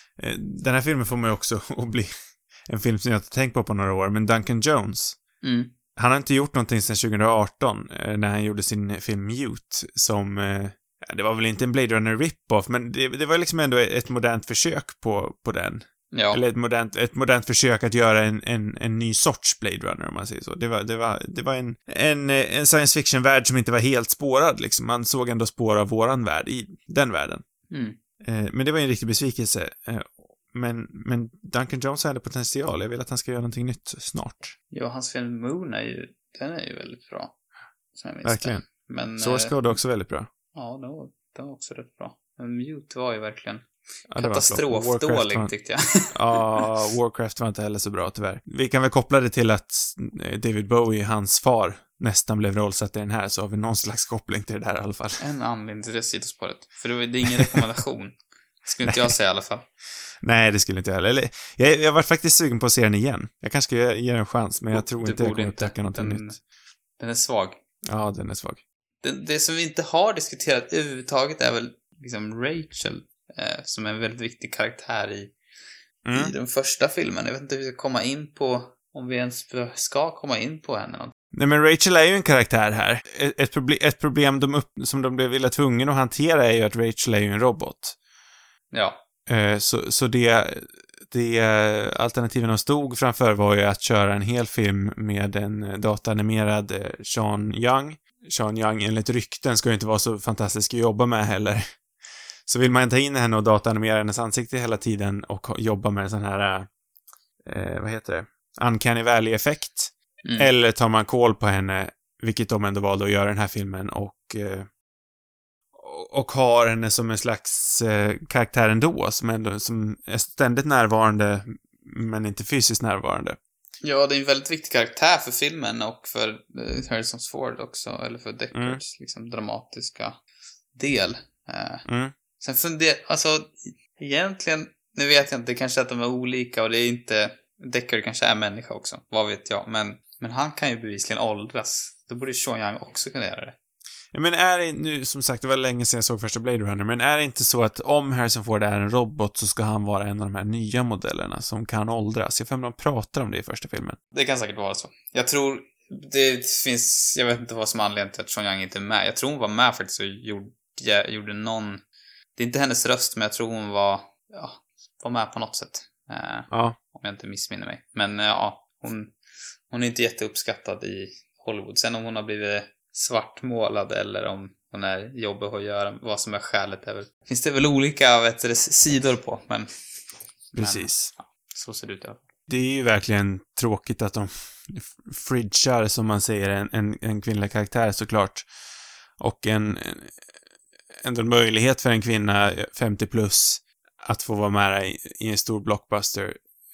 Den här filmen får man ju också att bli en film som jag inte tänkt på på några år. Men Duncan Jones, mm. han har inte gjort någonting sedan tjugo arton när han gjorde sin film Mute, som, ja, det var väl inte en Blade Runner rip-off, men det, det var liksom ändå ett modernt försök på, på den. Ja. Eller ett modernt, ett modernt försök att göra en, en, en ny sorts Blade Runner, om man säger så. Det var, det var, det var en, en, en science fiction-värld som inte var helt spårad, liksom. Man såg ändå spår av våran värld i den världen. Mm. Eh, men det var en riktig besvikelse. Eh, men, men Duncan Jones hade potential. Jag vill att han ska göra någonting nytt snart. Ja, hans film Moon är ju, den är ju väldigt bra. Verkligen. Men, Source Code är också väldigt bra. Ja, det var, det var också rätt bra. Men Mute var ju verkligen ja, katastrofdålig, tyckte jag. Ja, Warcraft var inte heller så bra, tyvärr. Vi kan väl koppla det till att David Bowie, hans far, nästan blev rollsatt i den här, så har vi någon slags koppling till det där i alla fall. En anledning till det sidospåret. För det, var, det är ingen rekommendation. Skulle inte jag säga i alla fall. Nej, det skulle inte jag heller. Eller, jag, jag var faktiskt sugen på att se den igen. Jag kanske ska ge den en chans, men jag tror du inte jag kommer inte. upptäcka någonting den, nytt. Den är svag. Ja, den är svag. Det, det som vi inte har diskuterat överhuvudtaget är väl liksom Rachel, eh, som är en väldigt viktig karaktär i, mm. i den första filmen. Jag vet inte hur vi ska komma in på, om vi ens ska komma in på henne. Något. Nej, men Rachel är ju en karaktär här. Ett, ett, proble- ett problem de upp, som de blev illa tvungna att hantera är ju att Rachel är ju en robot. Ja. Eh, så, så det, det alternativen de stod framför var ju att köra en hel film med en dataanimerad eh, Sean Young. Sean Young, enligt rykten, ska ju inte vara så fantastisk att jobba med heller. Så vill man ta in henne och dataanimera hennes ansikte hela tiden och jobba med en sån här eh, vad heter det? Uncanny Valley-effekt. Mm. Eller tar man koll på henne, vilket de ändå valde att göra i den här filmen, och eh, och har henne som en slags eh, karaktär ändå, som, ändå, som är ständigt närvarande men inte fysiskt närvarande. Ja, det är en väldigt viktig karaktär för filmen och för uh, Harrison Ford också, eller för Deckards mm. liksom dramatiska del. Uh, mm. Sen funderar, alltså egentligen, nu vet jag inte, det kanske att de är olika och det är inte, Deckard kanske är människa också, vad vet jag, men, men han kan ju bevisligen åldras. Då borde Sean Young också kunna göra det. Ja, men är det nu, som sagt, det var länge sedan jag såg första Blade Runner, men är det inte så att om Harrison Ford är en robot så ska han vara en av de här nya modellerna som kan åldras? Jag får de pratar om det i första filmen. Det kan säkert vara så. Jag tror det finns, jag vet inte vad som är anledningen till att Sean Young inte är med. Jag tror hon var med faktiskt och gjorde, gjorde någon, det är inte hennes röst, men jag tror hon var, ja, var med på något sätt. Eh, ja. Om jag inte missminner mig. Men eh, ja, hon, hon är inte jätteuppskattad i Hollywood. Sen om hon har blivit svartmålad eller om hon är jobbig att göra, vad som är skälet är väl, finns det väl olika vet du, sidor på, men precis. Men, ja, så ser det ut i alla fall. Det är ju verkligen tråkigt att de fridgar, som man säger, en, en, en kvinnlig karaktär såklart. Och en, en ändå en möjlighet för en kvinna femtio plus att få vara med i, i en stor blockbuster.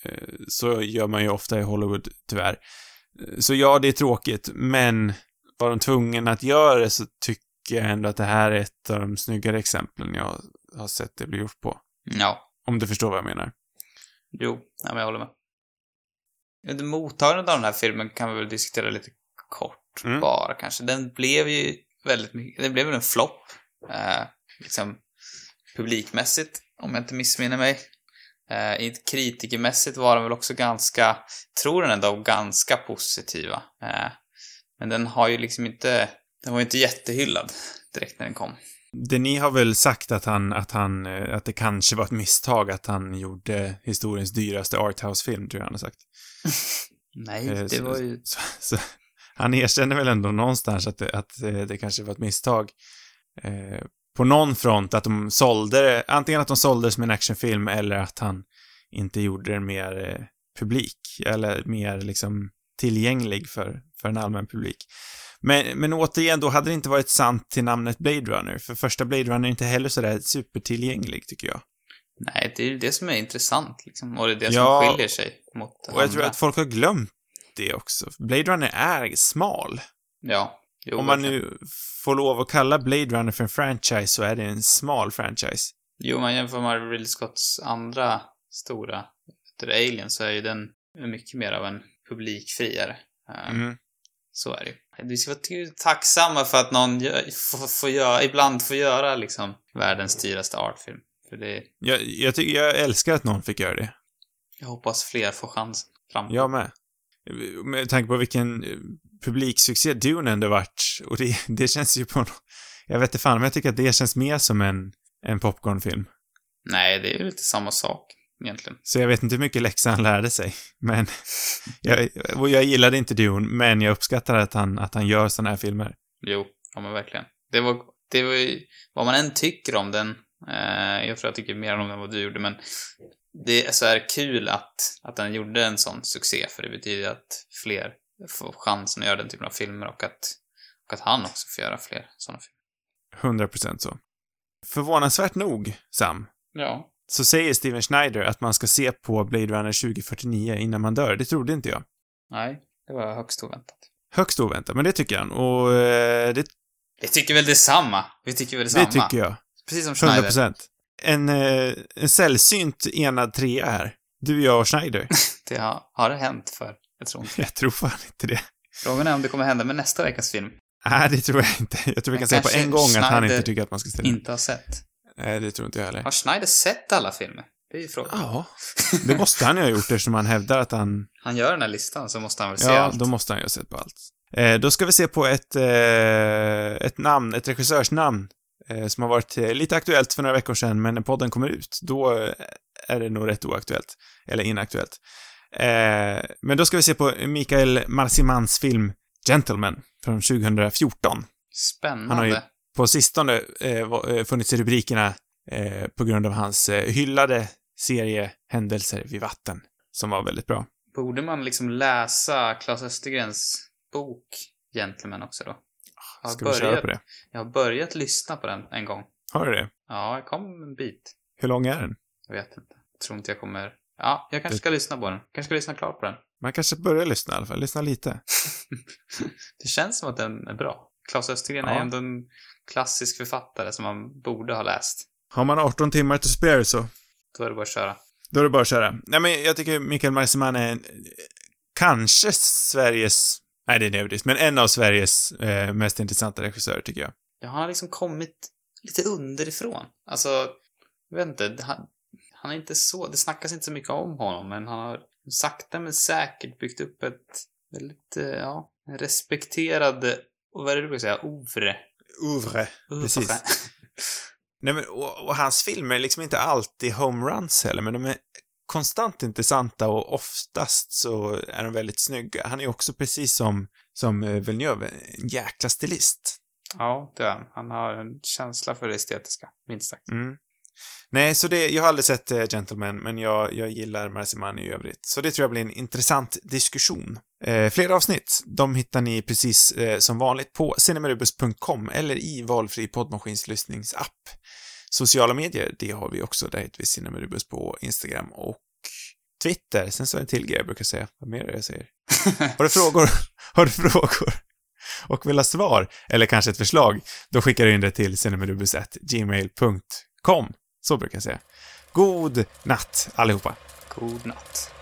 Så gör man ju ofta i Hollywood, tyvärr. Så ja, det är tråkigt, men var de tvungen att göra det så tycker jag ändå att det här är ett av de snyggare exemplen jag har sett det bli gjort på. Ja. Om du förstår vad jag menar. Jo, ja, men jag håller med. Under mottagandet av den här filmen kan vi väl diskutera lite kort mm. bara kanske. Den blev ju väldigt mycket, den blev väl en flopp. Eh, liksom publikmässigt, om jag inte missminner mig. Eh, kritikermässigt var den väl också ganska, tror den ändå, ganska positiva. Eh, men den har ju liksom inte, den var ju inte jättehyllad direkt när den kom. Det ni har väl sagt att han, att han, att det kanske var ett misstag att han gjorde historiens dyraste arthouse-film, tror jag han har sagt. Nej, det så, var ju... Så, så, han erkänner väl ändå någonstans att det, att det kanske var ett misstag. Eh, på någon front, att de sålde det, antingen att de sålde det som en actionfilm eller att han inte gjorde den mer eh, publik, eller mer liksom tillgänglig för, för en allmän publik. Men, men återigen, då hade det inte varit sant till namnet Blade Runner. För första Blade Runner är inte heller sådär supertillgänglig, tycker jag. Nej, det är ju det som är intressant, liksom. Och det är det ja, som skiljer sig mot och andra. jag tror att folk har glömt det också. Blade Runner är smal. Ja. Jo, om man nu får lov att kalla Blade Runner för en franchise så är det en smal franchise. Jo, man jämför med Ridley Scotts andra stora Alien, så är ju den mycket mer av en publikfriare. Mm. Så är det ju. Vi ska vara tacksamma för att någon gör, får, får göra, ibland får göra liksom världens dyraste artfilm. För det... jag, jag, tycker, jag älskar att någon fick göra det. Jag hoppas fler får chansen framåt. Jag med. Med tanke på vilken publiksuccé Dune ändå varit. Och det, det känns ju på... Jag vet inte fan, men jag tycker att det känns mer som en, en popcornfilm. Nej, det är ju lite samma sak egentligen. Så jag vet inte hur mycket läxa han lärde sig. Men jag, och jag gillade inte Dune, men jag uppskattar att han, att han gör såna här filmer. Jo, ja men verkligen. Det var, det var ju, vad man än tycker om den, eh, jag tror jag tycker mer om den vad du gjorde, men det är så här kul att, att den gjorde en sån succé, för det betyder att fler får chansen att göra den typen av filmer, och att, och att han också får göra fler såna filmer. hundra procent så. Förvånansvärt nog, Sam. Ja. Så säger Steven Schneider att man ska se på Blade Runner tjugo fyrtionio innan man dör. Det trodde inte jag. Nej, det var högst oväntat. Högst oväntat, men det tycker han. Och eh, det... Vi tycker väl detsamma. Vi tycker väl detsamma. Det tycker jag. Precis som Schneider. hundra procent. En, eh, en sällsynt enad trea här. Du, jag och Schneider. Det har, har det hänt för. Jag tror inte. Jag tror fan inte det. Frågan är om det kommer hända med nästa veckas film. Nej, det tror jag inte. Jag tror vi kan säga på en gång Schneider att han inte tycker att man ska ställa. Inte har sett. Nej, det tror inte jag heller. Har Schneider sett alla filmer? Det är ju frågan. Ja, det måste han ju ha gjort eftersom han hävdar att han... Han gör den här listan, så måste han väl se ja, allt. Ja, då måste han ju ha sett på allt. Eh, då ska vi se på ett, eh, ett namn, ett regissörsnamn eh, som har varit eh, lite aktuellt för några veckor sedan, men när podden kommer ut, då eh, är det nog rätt oaktuellt. Eller inaktuellt. Eh, men då ska vi se på Michael Marsimans film Gentleman från tjugo fjorton. Spännande. Han har ju på sistone eh, funnits i rubrikerna eh, på grund av hans eh, hyllade serie Händelser vid vatten, som var väldigt bra. Borde man liksom läsa Claes Östergrens bok Gentleman också då? Jag Ska börjat, vi köra på det? Jag har börjat lyssna på den en gång. Har du det? Ja, jag kom en bit. Hur lång är den? Jag vet inte. Jag tror inte jag kommer... Ja, jag kanske ska det... lyssna på den. Kanske ska lyssna klart på den. Man kanske börjar lyssna i alla fall. Lyssna lite. Det känns som att den är bra. Claes Östergren ja. är ändå en klassisk författare som man borde ha läst. Har man arton timmar till spare så... Då är det bara att köra. Då är det bara att köra. Nej, men jag tycker Michael Marsiman är en, kanske Sveriges... Nej, det är nödvändigt. Men en av Sveriges eh, mest intressanta regissörer, tycker jag. ja, han har liksom kommit lite underifrån. Alltså, jag vet inte, han, han är inte så, det snackas inte så mycket om honom, men han har sakta men säkert byggt upp ett väldigt, ja, respekterad, och vad är det du vill säga, ouvre. Ouvre, precis. Nej, men, och, och hans filmer är liksom inte alltid homeruns heller, men de är konstant intressanta och oftast så är de väldigt snygga. Han är också precis som, som Villeneuve, en jäkla stilist. Ja, det är han. Han har en känsla för det estetiska, minst sagt. Mm. Nej, så det, jag har aldrig sett uh, Gentleman, men jag, jag gillar Marziman i övrigt. Så det tror jag blir en intressant diskussion. Eh, flera avsnitt, de hittar ni precis eh, som vanligt på cinemarubus punkt com eller i valfri poddmaskinslyssningsapp. Sociala medier, det har vi också. Där heter vi Cinemarubus på Instagram och Twitter. Sen så är en till grej jag brukar säga. Vad mer är det jag säger? Har du frågor? Har du frågor? Och vill ha svar? Eller kanske ett förslag? Då skickar du in det till cinemarubus at gmail punkt com. Så brukar jag säga. God natt allihopa. God natt.